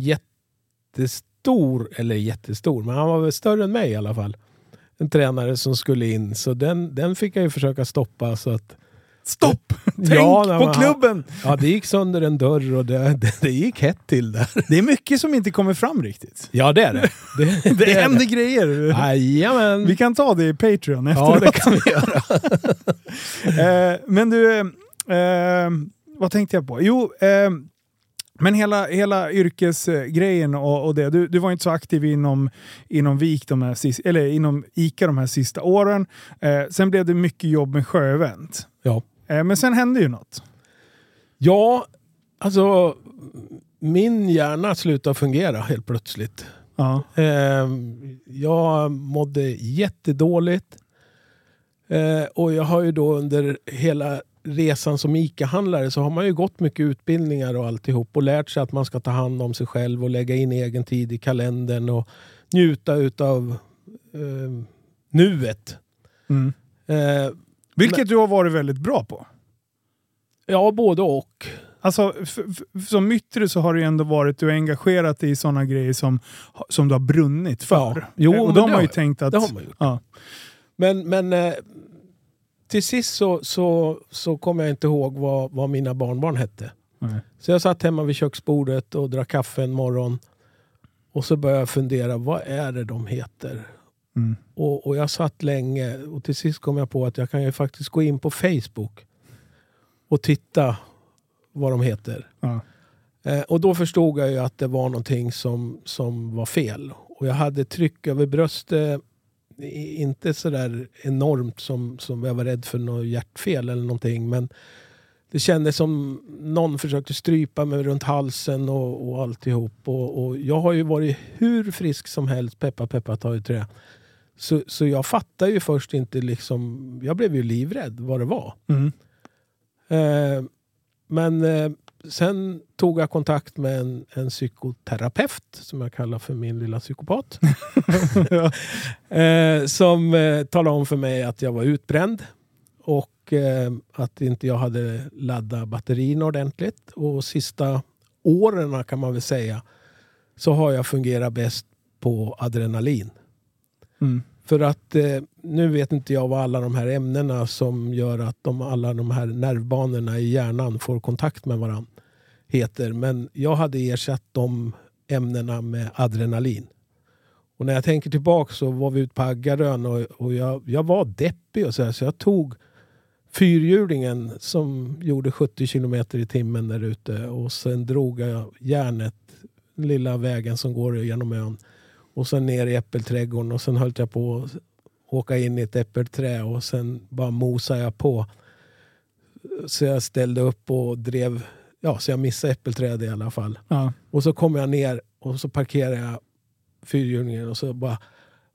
jättestor, men han var väl större än mig i alla fall. En tränare som skulle in, så den fick jag ju försöka stoppa så att... Stopp! Tänk på klubben! Ja, det gick sönder en dörr och det gick hett till där. Det är mycket som inte kommer fram riktigt. Ja, det är det. Det händer grejer. Jajamän. Vi kan ta det i Patreon efteråt. Ja, det kan vi göra. Men du, vad tänkte jag på? Jo, men hela yrkesgrejen och det. Du var inte så aktiv inom Vik inom ICA de här sista åren. Sen blev det mycket jobb med sjöevent. Ja. Men sen hände ju något. Ja, alltså min hjärna slutade fungera helt plötsligt. Ja. Jag mådde jättedåligt. Och jag har ju då under hela resan som ICA-handlare så har man ju gått mycket utbildningar och alltihop och lärt sig att man ska ta hand om sig själv och lägga in egen tid i kalendern och njuta utav nuet. Mm. Vilket du har varit väldigt bra på. Ja, både och. Alltså, som myttre så har det ju ändå varit, du har engagerat dig i sådana grejer som du har brunnit för. Ja. Jo, och de har ju tänkt att... Det har man gjort. Ja. Men till sist så kommer jag inte ihåg vad mina barnbarn hette. Nej. Så jag satt hemma vid köksbordet och drack kaffe en morgon. Och så började jag fundera, vad är det de heter? Mm. Och jag satt länge och till sist kom jag på att jag kan ju faktiskt gå in på Facebook och titta vad de heter. Ja. Och då förstod jag ju att det var någonting som var fel. Och jag hade tryck över bröstet, inte sådär enormt som jag var rädd för något hjärtfel eller någonting, men det kändes som någon försökte strypa mig runt halsen och alltihop. Och jag har ju varit hur frisk som helst, peppa ta i trä. Så jag fattar ju först inte liksom, jag blev ju livrädd vad det var. Mm. Men sen tog jag kontakt med en psykoterapeut som jag kallar för min lilla psykopat. Ja. Som talade om för mig att jag var utbränd och att inte jag hade laddat batterierna ordentligt. Och sista åren kan man väl säga så har jag fungerat bäst på adrenalin. Mm. För att nu vet inte jag vad alla de här ämnena som gör att alla de här nervbanorna i hjärnan får kontakt med varandra heter. Men jag hade ersatt de ämnena med adrenalin. Och när jag tänker tillbaka så var vi ute på Aggarön och jag var deppig och så jag tog fyrhjulingen som gjorde 70 kilometer i timmen där ute och sen drog jag järnet, lilla vägen som går genom ön. Och sen ner i äppelträdgården och sen höll jag på att åka in i ett äppelträ och sen bara mosade jag på. Så jag ställde upp och drev, så jag missade äppelträd i alla fall. Ja. Och så kom jag ner och så parkerade jag fyrhjulingen och så bara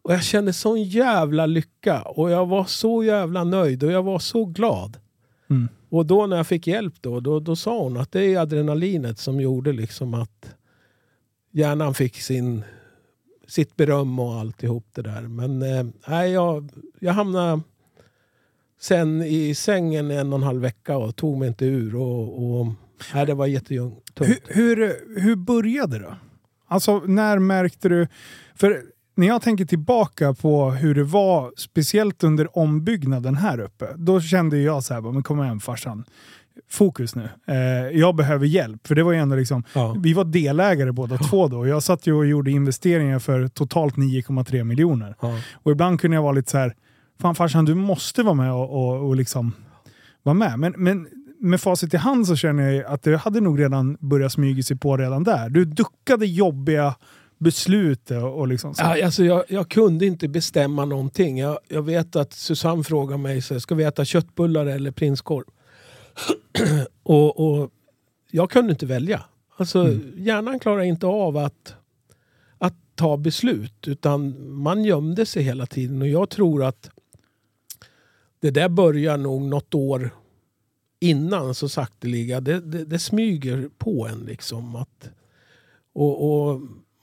Och jag kände sån jävla lycka. Och jag var så jävla nöjd. Och jag var så glad. Mm. Och då när jag fick hjälp då sa hon att det är adrenalinet som gjorde liksom att hjärnan fick sitt beröm och alltihop det där. Men jag hamnade sen i sängen 1,5 vecka och tog mig inte ur. Och det var jättetungt. Hur började det? Alltså när märkte du... För när jag tänker tillbaka på hur det var, speciellt under ombyggnaden här uppe, då kände jag så här, men kom igen farsan. Fokus nu. Jag behöver hjälp. För det var ju ändå liksom, vi var delägare båda två då. Jag satt ju och gjorde investeringar för totalt 9,3 miljoner. Ja. Och ibland kunde jag vara lite så här, fan farsan, du måste vara med och liksom vara med. Men med facit i hand så känner jag att det hade nog redan börjat smyga sig på redan där. Du duckade jobbiga beslut och liksom så. Ja, alltså jag kunde inte bestämma någonting. Jag vet att Susanne frågar mig, så ska vi äta köttbullar eller prinskorv? och jag kunde inte välja. Alltså hjärnan klarar inte av att ta beslut, utan man gömde sig hela tiden. Och jag tror att det där börjar nog något år innan, så sakteliga. Det smyger på en liksom. Och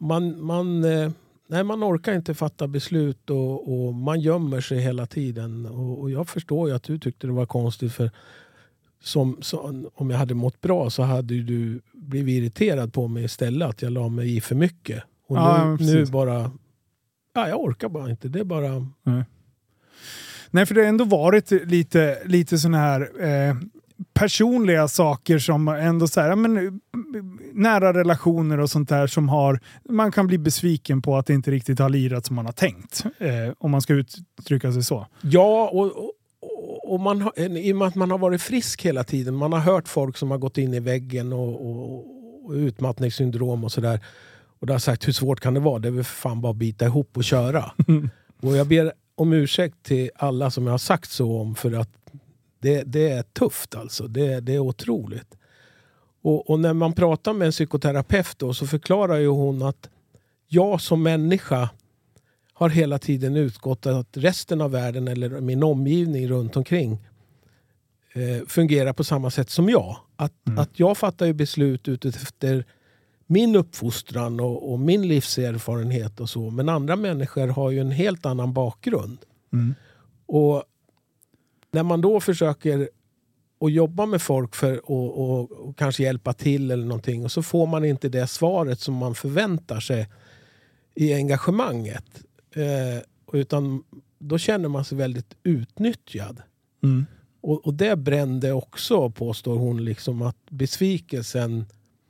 man orkar inte fatta beslut och man gömmer sig hela tiden. Och jag förstår ju att du tyckte det var konstigt, för om jag hade mått bra så hade du blivit irriterad på mig istället, att jag la mig i för mycket. Och nu bara... Ja, jag orkar bara inte. Det är bara... Nej, för det har ändå varit lite såna här personliga saker som ändå så här, men nära relationer och sånt där som man kan bli besviken på att det inte riktigt har lirat som man har tänkt. Om man ska uttrycka sig så. Ja, och i och med att man har varit frisk hela tiden. Man har hört folk som har gått in i väggen och utmattningssyndrom och sådär. Och det har sagt, hur svårt kan det vara? Det är väl fan bara bita ihop och köra. Och jag ber om ursäkt till alla som jag har sagt så om, för att det är tufft alltså. Det är otroligt. Och när man pratar med en psykoterapeut då, så förklarar ju hon att jag som människa har hela tiden utgått att resten av världen eller min omgivning runt omkring fungerar på samma sätt som jag. Att jag fattar ju beslut efter min uppfostran och min livserfarenhet och så. Men andra människor har ju en helt annan bakgrund. Och när man då försöker att jobba med folk för och kanske hjälpa till eller någonting, och så får man inte det svaret som man förväntar sig i engagemanget. Utan då känner man sig väldigt utnyttjad. Och det brände också, påstår hon, liksom, att besvikelsen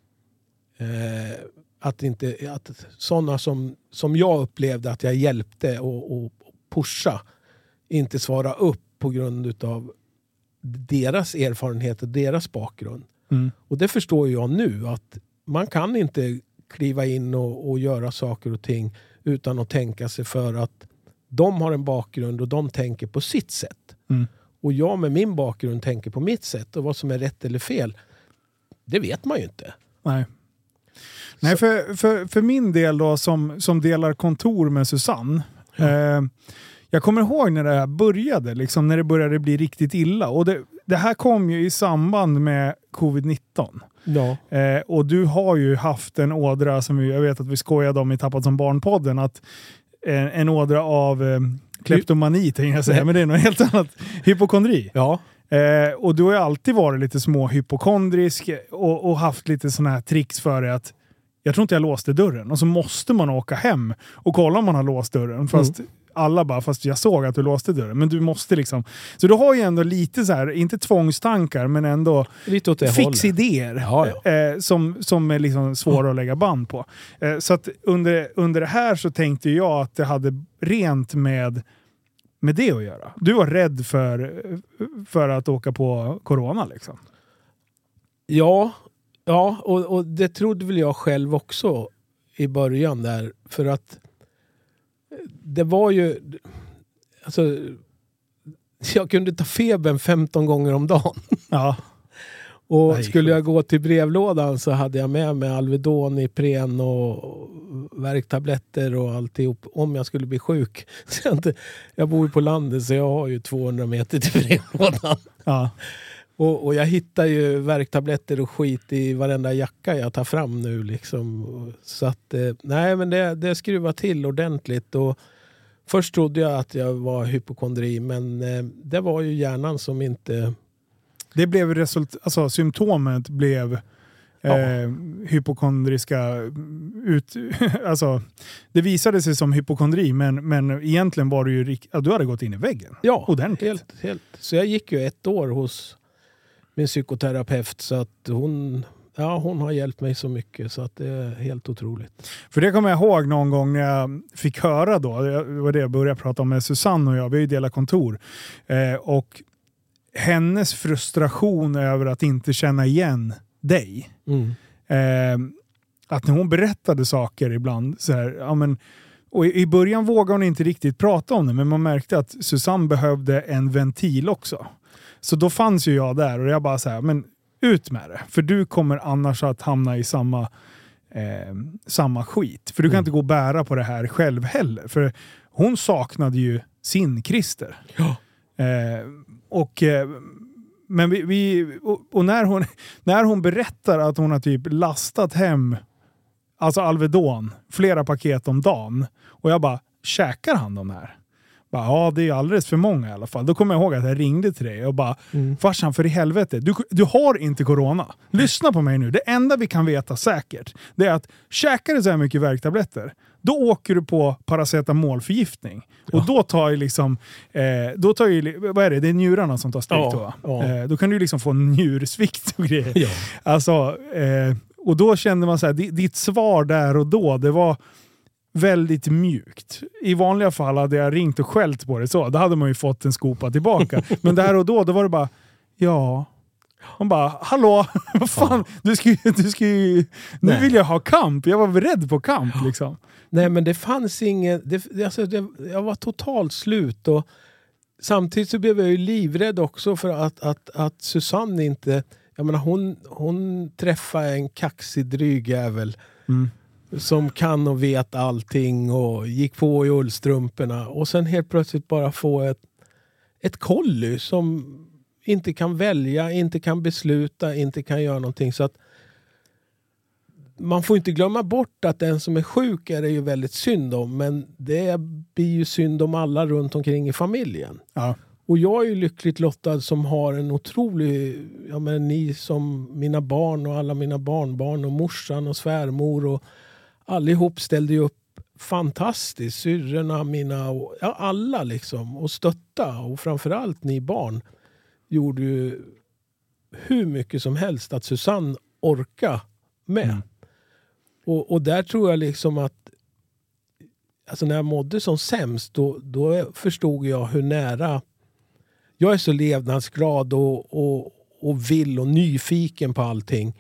att sådana som jag upplevde att jag hjälpte och pusha inte svara upp på grund av deras erfarenhet och deras bakgrund. Och det förstår jag nu, att man kan inte kliva in och göra saker och ting utan att tänka sig för att de har en bakgrund och de tänker på sitt sätt. Och jag med min bakgrund tänker på mitt sätt, och vad som är rätt eller fel, det vet man ju inte. Nej, för min del då som delar kontor med Susanne. Jag kommer ihåg när det här började, liksom, när det började bli riktigt illa. Och det här kom ju i samband med covid-19. Ja. Och du har ju haft en ådra som jag vet att vi skojade om i Tappat som barn-podden, att en ådra av kleptomani, tänkte jag säga, men det är något helt annat. Hypokondri. Ja. Och du har ju alltid varit lite små hypokondrisk och haft lite såna här tricks för det, att jag tror inte jag låste dörren. Och så måste man åka hem och kolla om man har låst dörren. Fast alla bara, fast jag såg att du låste dörren. Men du måste liksom... Så du har ju ändå lite så här, inte tvångstankar, men ändå lite åt det fixidéer. Som är liksom svåra att lägga band på. Så att under det här så tänkte jag att det hade rent med det att göra. Du var rädd för att åka på corona liksom. Ja, och det trodde väl jag själv också i början där. För att det var ju... Alltså, jag kunde ta febern 15 gånger om dagen. Ja. Och skulle jag gå till brevlådan så hade jag med mig Alvedon, Ipren och värktabletter och alltihop om jag skulle bli sjuk. Så jag bor ju på landet så jag har ju 200 meter till brevlådan. Ja. Och jag hittar ju värktabletter och skit i varenda jacka jag tar fram nu liksom. Så att, nej men det skruvar till ordentligt. Och först trodde jag att jag var hypokondri, men det var ju hjärnan som inte... Det blev alltså symptomet blev hypokondriska alltså det visade sig som hypokondri, men egentligen var det ju du hade gått in i väggen. Ja, ordentligt. Helt. Så jag gick ju 1 år hos min psykoterapeut, så att hon har hjälpt mig så mycket så att det är helt otroligt. För det kommer jag ihåg någon gång när jag fick höra då, det var det jag började prata om med Susanne och jag, vi har ju delat kontor. Och hennes frustration över att inte känna igen dig. Att när hon berättade saker ibland så här, ja men, och i början vågade hon inte riktigt prata om det, men man märkte att Susanne behövde en ventil också. Så då fanns ju jag där och jag bara så här, men ut med det. För du kommer annars att hamna i samma skit. För du kan inte gå och bära på det här själv heller. För hon saknade ju sin Christer. Ja. Men och när hon berättar att hon har typ lastat hem alltså Alvedon, flera paket om dagen. Och jag bara, käkar han de här? Bara, ja, det är alldeles för många i alla fall. Då kommer jag ihåg att jag ringde till dig och bara, farsan, för i helvete, du har inte corona. Lyssna på mig nu. Det enda vi kan veta säkert, det är att käkar du så här mycket värktabletter, då åker du på paracetamolförgiftning. Ja. Och då tar ju liksom, vad är det? Det är njurarna som tar stryk då. Ja. Då kan du liksom få njursvikt och grejer. Ja. Alltså, och då kände man så här, ditt svar där och då, det var väldigt mjukt. I vanliga fall hade jag ringt och skällt på det så. Då hade man ju fått en skopa tillbaka. Men där och då var det bara, ja. Hon bara, hallå, vad fan, du ska ju, nu vill jag ha kamp. Jag var beredd på kamp liksom. Nej, men det fanns ingen, jag var totalt slut och samtidigt så blev jag ju livrädd också för att Susanne inte, jag menar hon träffade en kaxig dryg jävel som kan och vet allting och gick på i ullstrumporna och sen helt plötsligt bara få ett kolly som inte kan välja, inte kan besluta, inte kan göra någonting. Så att man får inte glömma bort att den som är sjuk är det ju väldigt synd om, men det blir ju synd om alla runt omkring i familjen. Ja. Och jag är ju lyckligt lottad som har en otrolig, ja men ni som mina barn och alla mina barnbarn och morsan och svärmor och allihop ställde ju upp fantastiskt. Syrrorna mina och ja, alla liksom och stötta och framförallt ni barn gjorde ju hur mycket som helst att Susanne orka med. Och där tror jag liksom att alltså när jag mådde som sämst då förstod jag hur nära jag är så levnadsglad och vill och nyfiken på allting.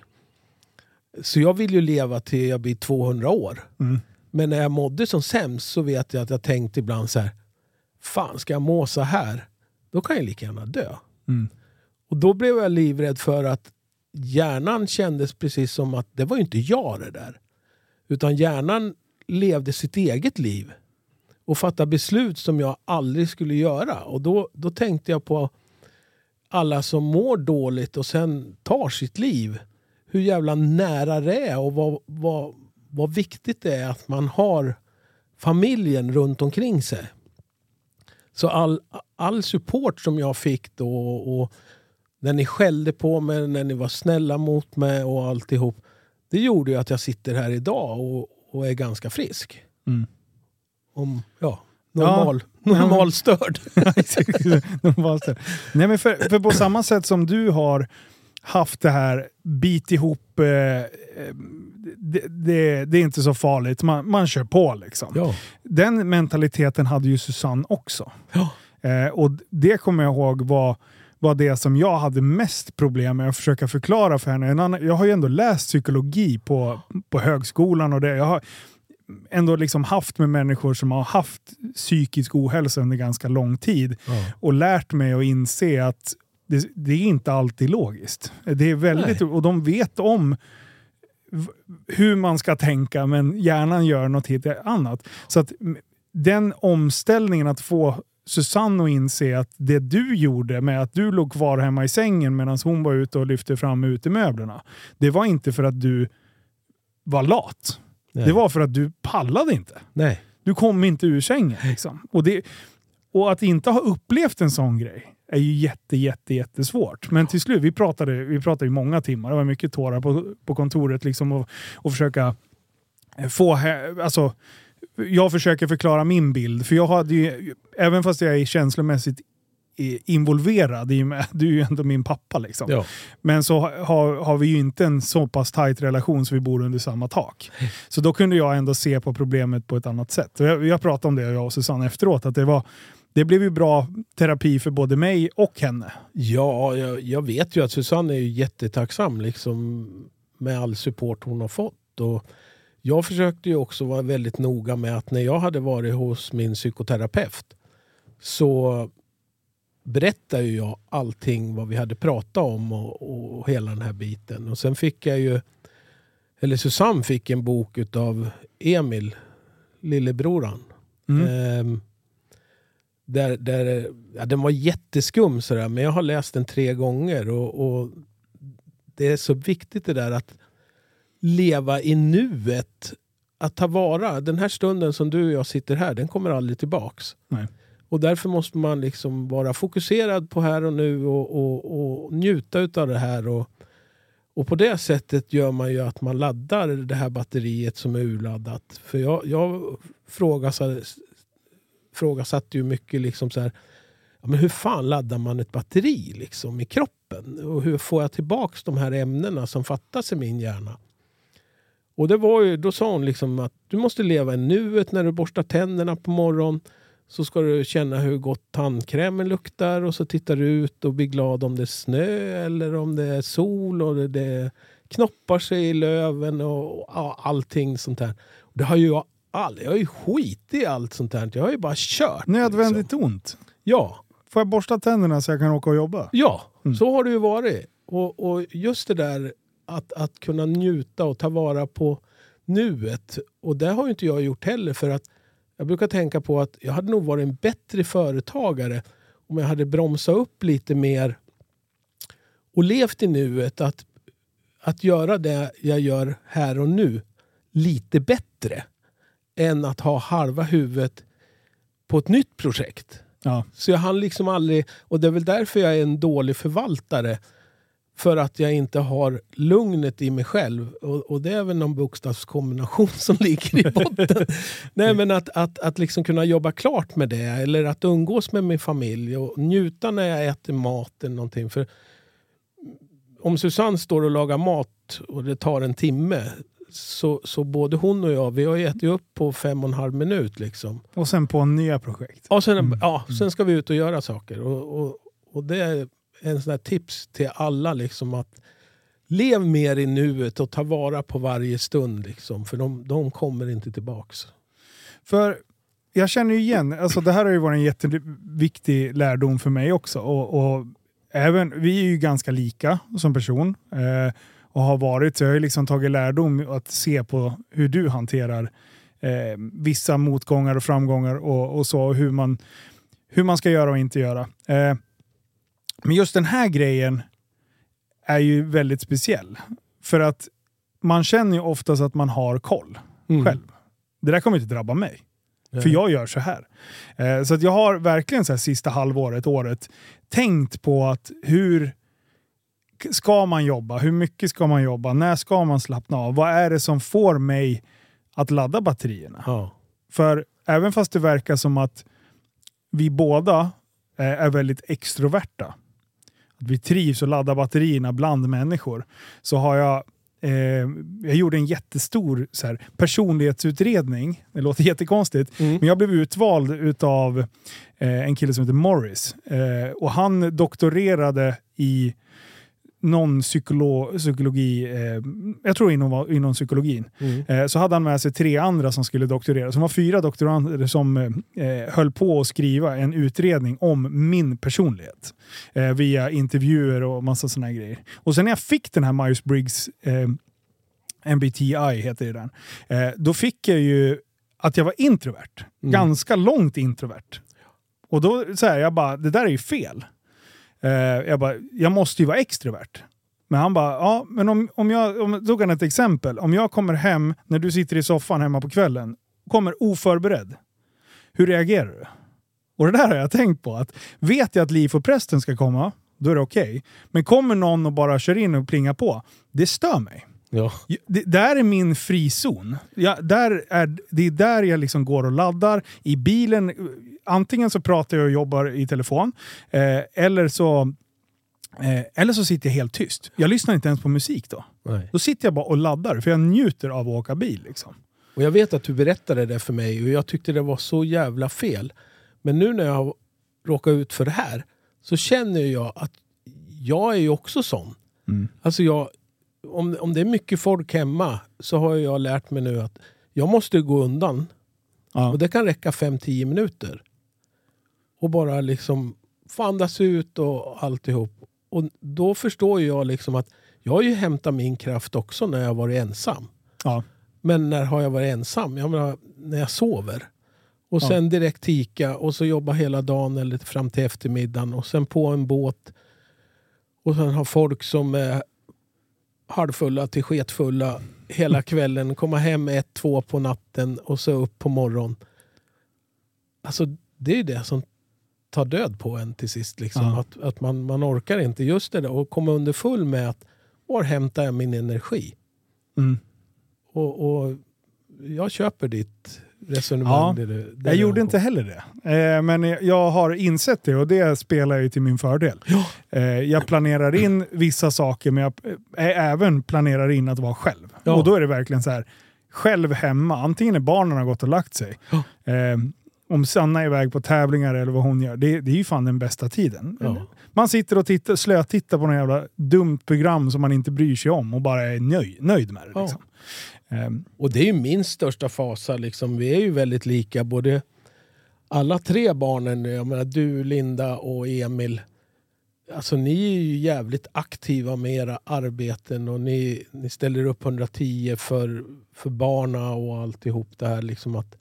Så jag vill ju leva till jag blir 200 år. Men när jag mådde som sämst så vet jag att jag tänkte ibland så här, fan ska jag må så här? Då kan jag lika gärna dö. Och då blev jag livrädd för att hjärnan kändes precis som att det var ju inte jag det där. Utan hjärnan levde sitt eget liv. Och fattade beslut som jag aldrig skulle göra. Och då tänkte jag på alla som mår dåligt och sen tar sitt liv. Hur jävla nära det är och vad viktigt det är att man har familjen runt omkring sig. Så all support som jag fick då och när ni skällde på mig, när ni var snälla mot mig och alltihop. Det gjorde ju att jag sitter här idag och är ganska frisk. Normalstörd. Normalstörd. Nej, men för på samma sätt som du har haft det här bit ihop, det är inte så farligt. Man kör på liksom. Ja. Den mentaliteten hade ju Susanne också. Ja. Och det kommer jag ihåg var det som jag hade mest problem med att försöka förklara för henne. Jag har ju ändå läst psykologi på högskolan och det. Jag har ändå liksom haft med människor som har haft psykisk ohälsa under ganska lång tid och lärt mig att inse att det är inte alltid logiskt. Det är väldigt, och de vet om hur man ska tänka, men hjärnan gör något helt annat. Så att den omställningen att få Susanne att inse att det du gjorde med att du låg kvar hemma i sängen medan hon var ute och lyfte fram utemöblerna, det var inte för att du var lat. Nej. Det var för att du pallade inte. Nej. Du kom inte ur sängen. Liksom. Och att inte ha upplevt en sån grej är ju jättesvårt. Men till slut, vi pratade i många timmar. Det var mycket tårar på kontoret liksom, och försöka få... Alltså, jag försöker förklara min bild. För jag hade ju, även fast jag är känslomässigt involverad i med, du är ju ändå min pappa liksom. Ja. Men så har vi ju inte en så pass tajt relation så vi bor under samma tak. Så då kunde jag ändå se på problemet på ett annat sätt. Och jag pratade om det, jag och Susanne efteråt, att det blev ju bra terapi för både mig och henne. Ja, jag vet ju att Susanne är ju jättetacksam liksom, med all support hon har fått. Och jag försökte ju också vara väldigt noga med att när jag hade varit hos min psykoterapeut så berättade ju jag allting vad vi hade pratat om och hela den här biten. Och sen fick jag ju, eller Susanne fick en bok utav Emil, lillebroran. Den var jätteskum sådär, men jag har läst den 3 gånger och det är så viktigt det där att leva i nuet, att ta vara. Den här stunden som du och jag sitter här, den kommer aldrig tillbaks. Nej. Och därför måste man liksom vara fokuserad på här och nu och njuta utav det här. Och på det sättet gör man ju att man laddar det här batteriet som är urladdat. För jag frågasatte ju mycket liksom så här, ja, men hur fan laddar man ett batteri liksom i kroppen? Och hur får jag tillbaks de här ämnena som fattas i min hjärna? Och det var ju, då sa hon liksom att du måste leva i nuet när du borstar tänderna på morgonen. Så ska du känna hur gott tandkrämen luktar och så tittar du ut och blir glad om det är snö eller om det är sol och det knoppar sig i löven och allting sånt här. Och det har ju jag har ju skit i allt sånt här. Jag har ju bara kört. Nödvändigt liksom. Ont. Ja. Får jag borsta tänderna så jag kan åka och jobba? Ja, så har det ju varit. Och just det där att kunna njuta och ta vara på nuet. Och det har ju inte jag gjort heller, för att jag brukar tänka på att jag hade nog varit en bättre företagare om jag hade bromsat upp lite mer och levt i nuet. Att göra det jag gör här och nu lite bättre än att ha halva huvudet på ett nytt projekt. Ja. Så jag hann liksom aldrig, och det är väl därför jag är en dålig förvaltare, för att jag inte har lugnet i mig själv. Och det är väl någon bokstavskombination som ligger i botten. Nej, men att liksom kunna jobba klart med det. Eller att umgås med min familj. Och njuta när jag äter mat eller någonting. För om Susanne står och lagar mat och det tar en timme. Så både hon och jag, vi har ätit upp på 5,5 minut liksom. Och sen på nya projekt. Och sen, sen ska vi ut och göra saker. Och det är en sån här tips till alla liksom, att lev mer i nuet och ta vara på varje stund liksom, för de kommer inte tillbaks. För jag känner ju igen, alltså det här har ju varit en jätteviktig lärdom för mig också, och även, vi är ju ganska lika som person och har varit, så jag har ju liksom tagit lärdom att se på hur du hanterar vissa motgångar och framgångar och så, hur man ska göra och inte göra. Men just den här grejen är ju väldigt speciell. För att man känner ju oftast att man har koll själv. Det där kommer inte drabba mig. För jag gör så här. Så att jag har verkligen så här sista året tänkt på att hur ska man jobba? Hur mycket ska man jobba? När ska man slappna av? Vad är det som får mig att ladda batterierna? Ja. För även fast det verkar som att vi båda är väldigt extroverta, att vi trivs och laddar batterierna bland människor, så har jag gjorde en jättestor så här, personlighetsutredning. Det låter jättekonstigt, men jag blev utvald utav en kille som heter Morris, och han doktorerade i någon psykologi, jag tror inom psykologin, så hade han med sig 3 andra som skulle doktorera. Som var 4 doktorander som höll på att skriva en utredning om min personlighet. Via intervjuer och massa såna här grejer. Och sen när jag fick den här Myers-Briggs MBTI heter det den. Då fick jag ju att jag var introvert. Ganska långt introvert. Och då säger jag bara, det där är ju fel. Jag måste ju vara extrovert. Men han bara, ja, men om tog han ett exempel. Om jag kommer hem, när du sitter i soffan hemma på kvällen, kommer oförberedd. Hur reagerar du? Och det där har jag tänkt på. Att vet jag att Liv och prästen ska komma, då är det okej. Men kommer någon och bara kör in och plingar på, det stör mig. Ja. Det där är min frizon. Det är där jag liksom går och laddar. I bilen, antingen så pratar jag och jobbar i telefon. Eller så sitter jag helt tyst. Jag lyssnar inte ens på musik då. Nej. Då sitter jag bara och laddar. För jag njuter av att åka bil. Liksom. Och jag vet att du berättade det för mig. Och jag tyckte det var så jävla fel. Men nu när jag har råkat ut för det här. Så känner jag att jag är ju också sån. Alltså om det är mycket folk hemma, så har jag lärt mig nu att jag måste gå undan. Ja. Och det kan räcka 5-10 minuter. Och bara liksom få andas ut och alltihop. Och då förstår jag liksom att jag har ju hämtat min kraft också när jag varit ensam. Ja. Men när har jag varit ensam? Jag menar, när jag sover. Och sen direkt hika och så jobba hela dagen eller fram till eftermiddagen. Och sen på en båt. Och sen har folk som är halvfulla till sketfulla hela kvällen. Komma hem 1-2 på natten och så upp på morgon. Alltså det är ju det som tar död på en till sist. Liksom. Att man orkar inte just det där. Och komma under full med att var hämtar jag min energi? Och jag köper ditt resonemang. Ja, jag gjorde inte heller det. Men jag har insett det och det spelar ju till min fördel. Ja. Jag planerar in vissa saker, men jag även planerar in att vara själv. Ja. Och då är det verkligen så här, själv hemma. Antingen är barnen har gått och lagt sig. Ja. Om Sanna är iväg på tävlingar eller vad hon gör. Det är ju fan den bästa tiden. Ja. Man sitter och slötittar på något jävla dumt program som man inte bryr sig om och bara är nöjd med det. Liksom. Och det är ju min största fasa. Liksom. Vi är ju väldigt lika. Både alla 3 barnen, jag menar du, Linda och Emil. Alltså ni är ju jävligt aktiva med era arbeten och ni ställer upp 110 för barna och alltihop det här. Liksom att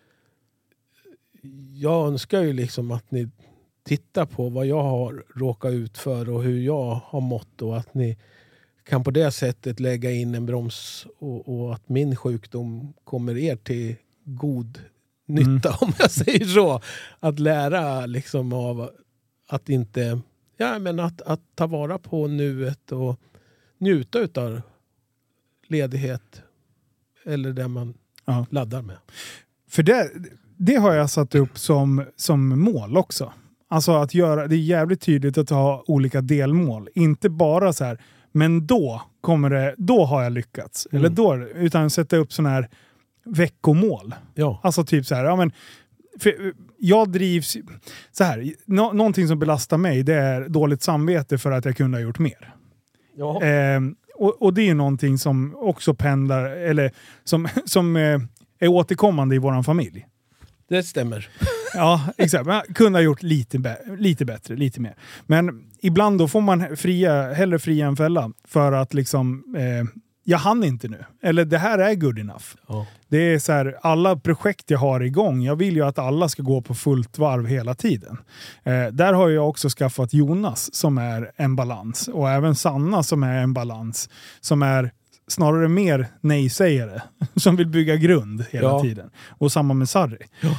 jag önskar ju liksom att ni tittar på vad jag har råkat ut för och hur jag har mått och att ni kan på det sättet lägga in en broms och att min sjukdom kommer er till god nytta, om jag säger så. Att lära liksom av att inte, att ta vara på nuet och njuta utav ledighet eller det man laddar med. För det har jag satt upp som mål också. Alltså att göra, det är jävligt tydligt att ha olika delmål. Inte bara så här, men då har jag lyckats. Eller då, utan sätta upp såna här veckomål. Ja. Alltså typ så här, för jag drivs så här, någonting som belastar mig, det är dåligt samvete för att jag kunde ha gjort mer. Ja. Och det är någonting som också pendlar, eller som är återkommande i våran familj. Det stämmer. Ja, exakt. Man kunde ha gjort lite bättre, lite mer. Men ibland då får man hellre fria än fälla. För att liksom, jag hann inte nu. Eller det här är good enough. Oh. Det är så här, alla projekt jag har igång, jag vill ju att alla ska gå på fullt varv hela tiden. Där har jag också skaffat Jonas som är en balans. Och även Sanna som är en balans. Som är snarare mer nej-sägare som vill bygga grund hela tiden. Och samma med Sarri. Ja.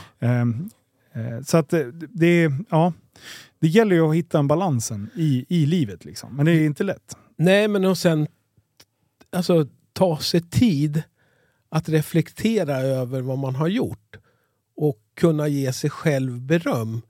Så att det gäller ju att hitta en balansen i livet liksom. Men det är inte lätt. Nej, men och sen alltså ta sig tid att reflektera över vad man har gjort och kunna ge sig själv beröm.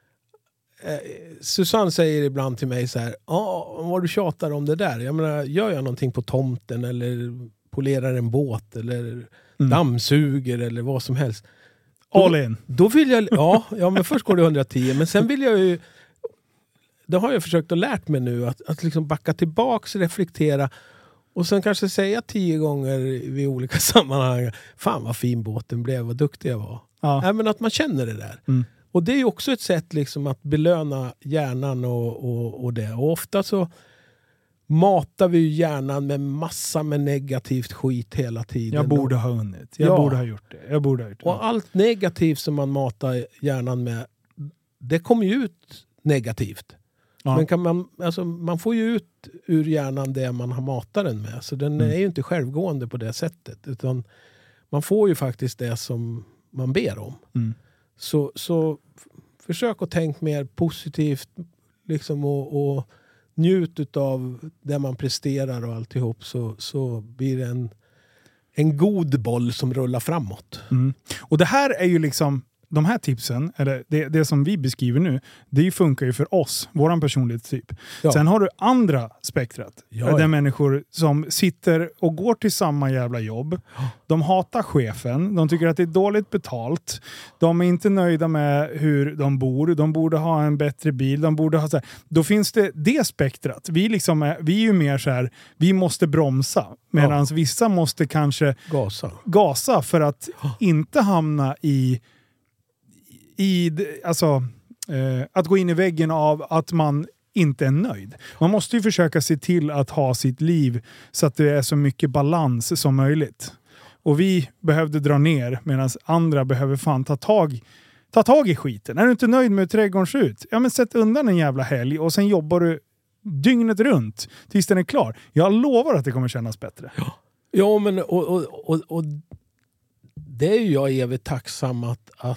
Susanne säger ibland till mig så här, vad du tjatar om det där. Jag menar, gör jag någonting på tomten eller polerar en båt eller dammsuger eller vad som helst. All in. Då vill jag, men först går det 110, men sen vill jag ju det har jag försökt att lärt mig nu. Att liksom backa tillbaks, reflektera. Och sen kanske säga 10 gånger vid olika sammanhang. Fan vad fin båten blev, vad duktig jag var. Ja. Men att man känner det där. Och det är ju också ett sätt liksom att belöna hjärnan och det. Och ofta så matar vi ju hjärnan med massa med negativt skit hela tiden. Jag borde ha hunnit. Jag borde ha gjort det. Och allt negativt som man matar hjärnan med, det kommer ju ut negativt. Ja. Men man får ju ut ur hjärnan det man har matat den med. Så den är ju inte självgående på det sättet. Utan man får ju faktiskt det som man ber om. Så försök att tänka mer positivt liksom, och njut av det man presterar och alltihop, så blir det en god boll som rullar framåt. Och det här är ju liksom, de här tipsen, eller det som vi beskriver nu, det funkar ju för oss, våran personlighetstyp. Ja. Sen har du andra spektrat. Ja. Det är människor som sitter och går till samma jävla jobb. De hatar chefen. De tycker att det är dåligt betalt. De är inte nöjda med hur de bor. De borde ha en bättre bil. De borde ha så här. Då finns det spektrat. Vi är ju mer så här, vi måste bromsa. Medan vissa måste kanske gasa för att inte hamna att gå in i väggen av att man inte är nöjd. Man måste ju försöka se till att ha sitt liv så att det är så mycket balans som möjligt. Och vi behövde dra ner medan andra behöver fan ta tag i skiten. Är du inte nöjd med hur trädgården ser ut? Ja, men sätt undan en jävla helg och sen jobbar du dygnet runt tills den är klar. Jag lovar att det kommer kännas bättre. Ja, men och det är ju jag evigt tacksam att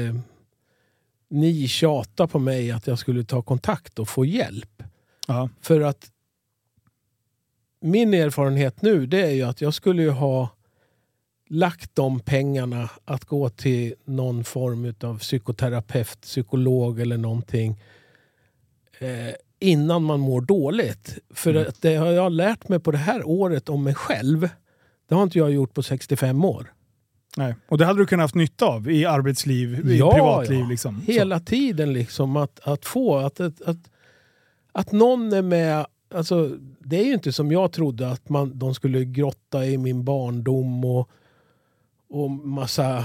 ni tjatar på mig att jag skulle ta kontakt och få hjälp. Ja. För att min erfarenhet nu, det är ju att jag skulle ju ha lagt de pengarna att gå till någon form av psykoterapeut, psykolog eller någonting innan man mår dåligt. För att det har jag lärt mig på det här året om mig själv. Det har inte jag gjort på 65 år. Nej. Och det hade du kunnat haft nytta av i arbetsliv, i privatliv. Liksom. Hela tiden liksom att få att någon är med. Alltså, det är ju inte som jag trodde att de skulle grotta i min barndom och massa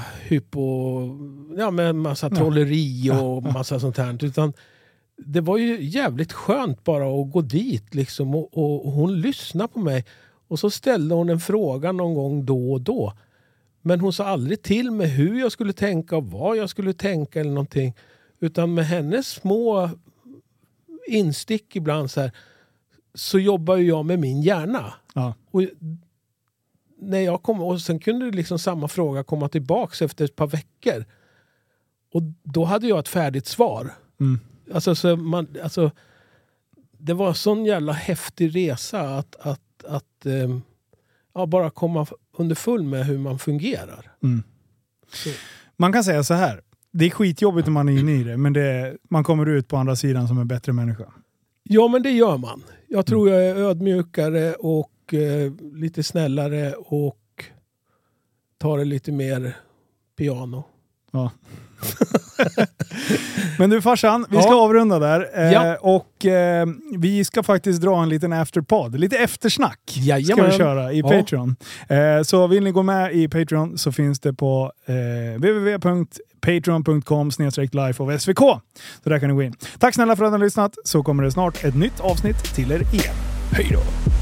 massa trolleri och massa sånt här. Utan det var ju jävligt skönt bara att gå dit liksom, och hon lyssnade på mig och så ställde hon en fråga någon gång då och då. Men hon sa aldrig till mig hur jag skulle tänka och vad jag skulle tänka eller någonting. Utan med hennes små instick ibland så jobbar ju jag med min hjärna. Ja. Och när jag kom, och sen kunde liksom samma fråga komma tillbaks efter ett par veckor. Och då hade jag ett färdigt svar. Det var en sån jävla häftig resa att bara komma underfull med hur man fungerar. Man kan säga så här. Det är skitjobbigt när man är inne i det, men man kommer ut på andra sidan som en bättre människa. Ja, men det gör man. Jag tror jag är ödmjukare och lite snällare och tar det lite mer piano. Ja. Men du farsan, vi ska avrunda där. Och vi ska faktiskt dra en liten afterpod. Lite eftersnack ska vi köra i Patreon. Så vill ni gå med i Patreon så finns det på www.patreon.com/life-of-svk. Så där kan ni gå in. Tack snälla för att ni har lyssnat. Så kommer det snart ett nytt avsnitt till er igen. Hej då!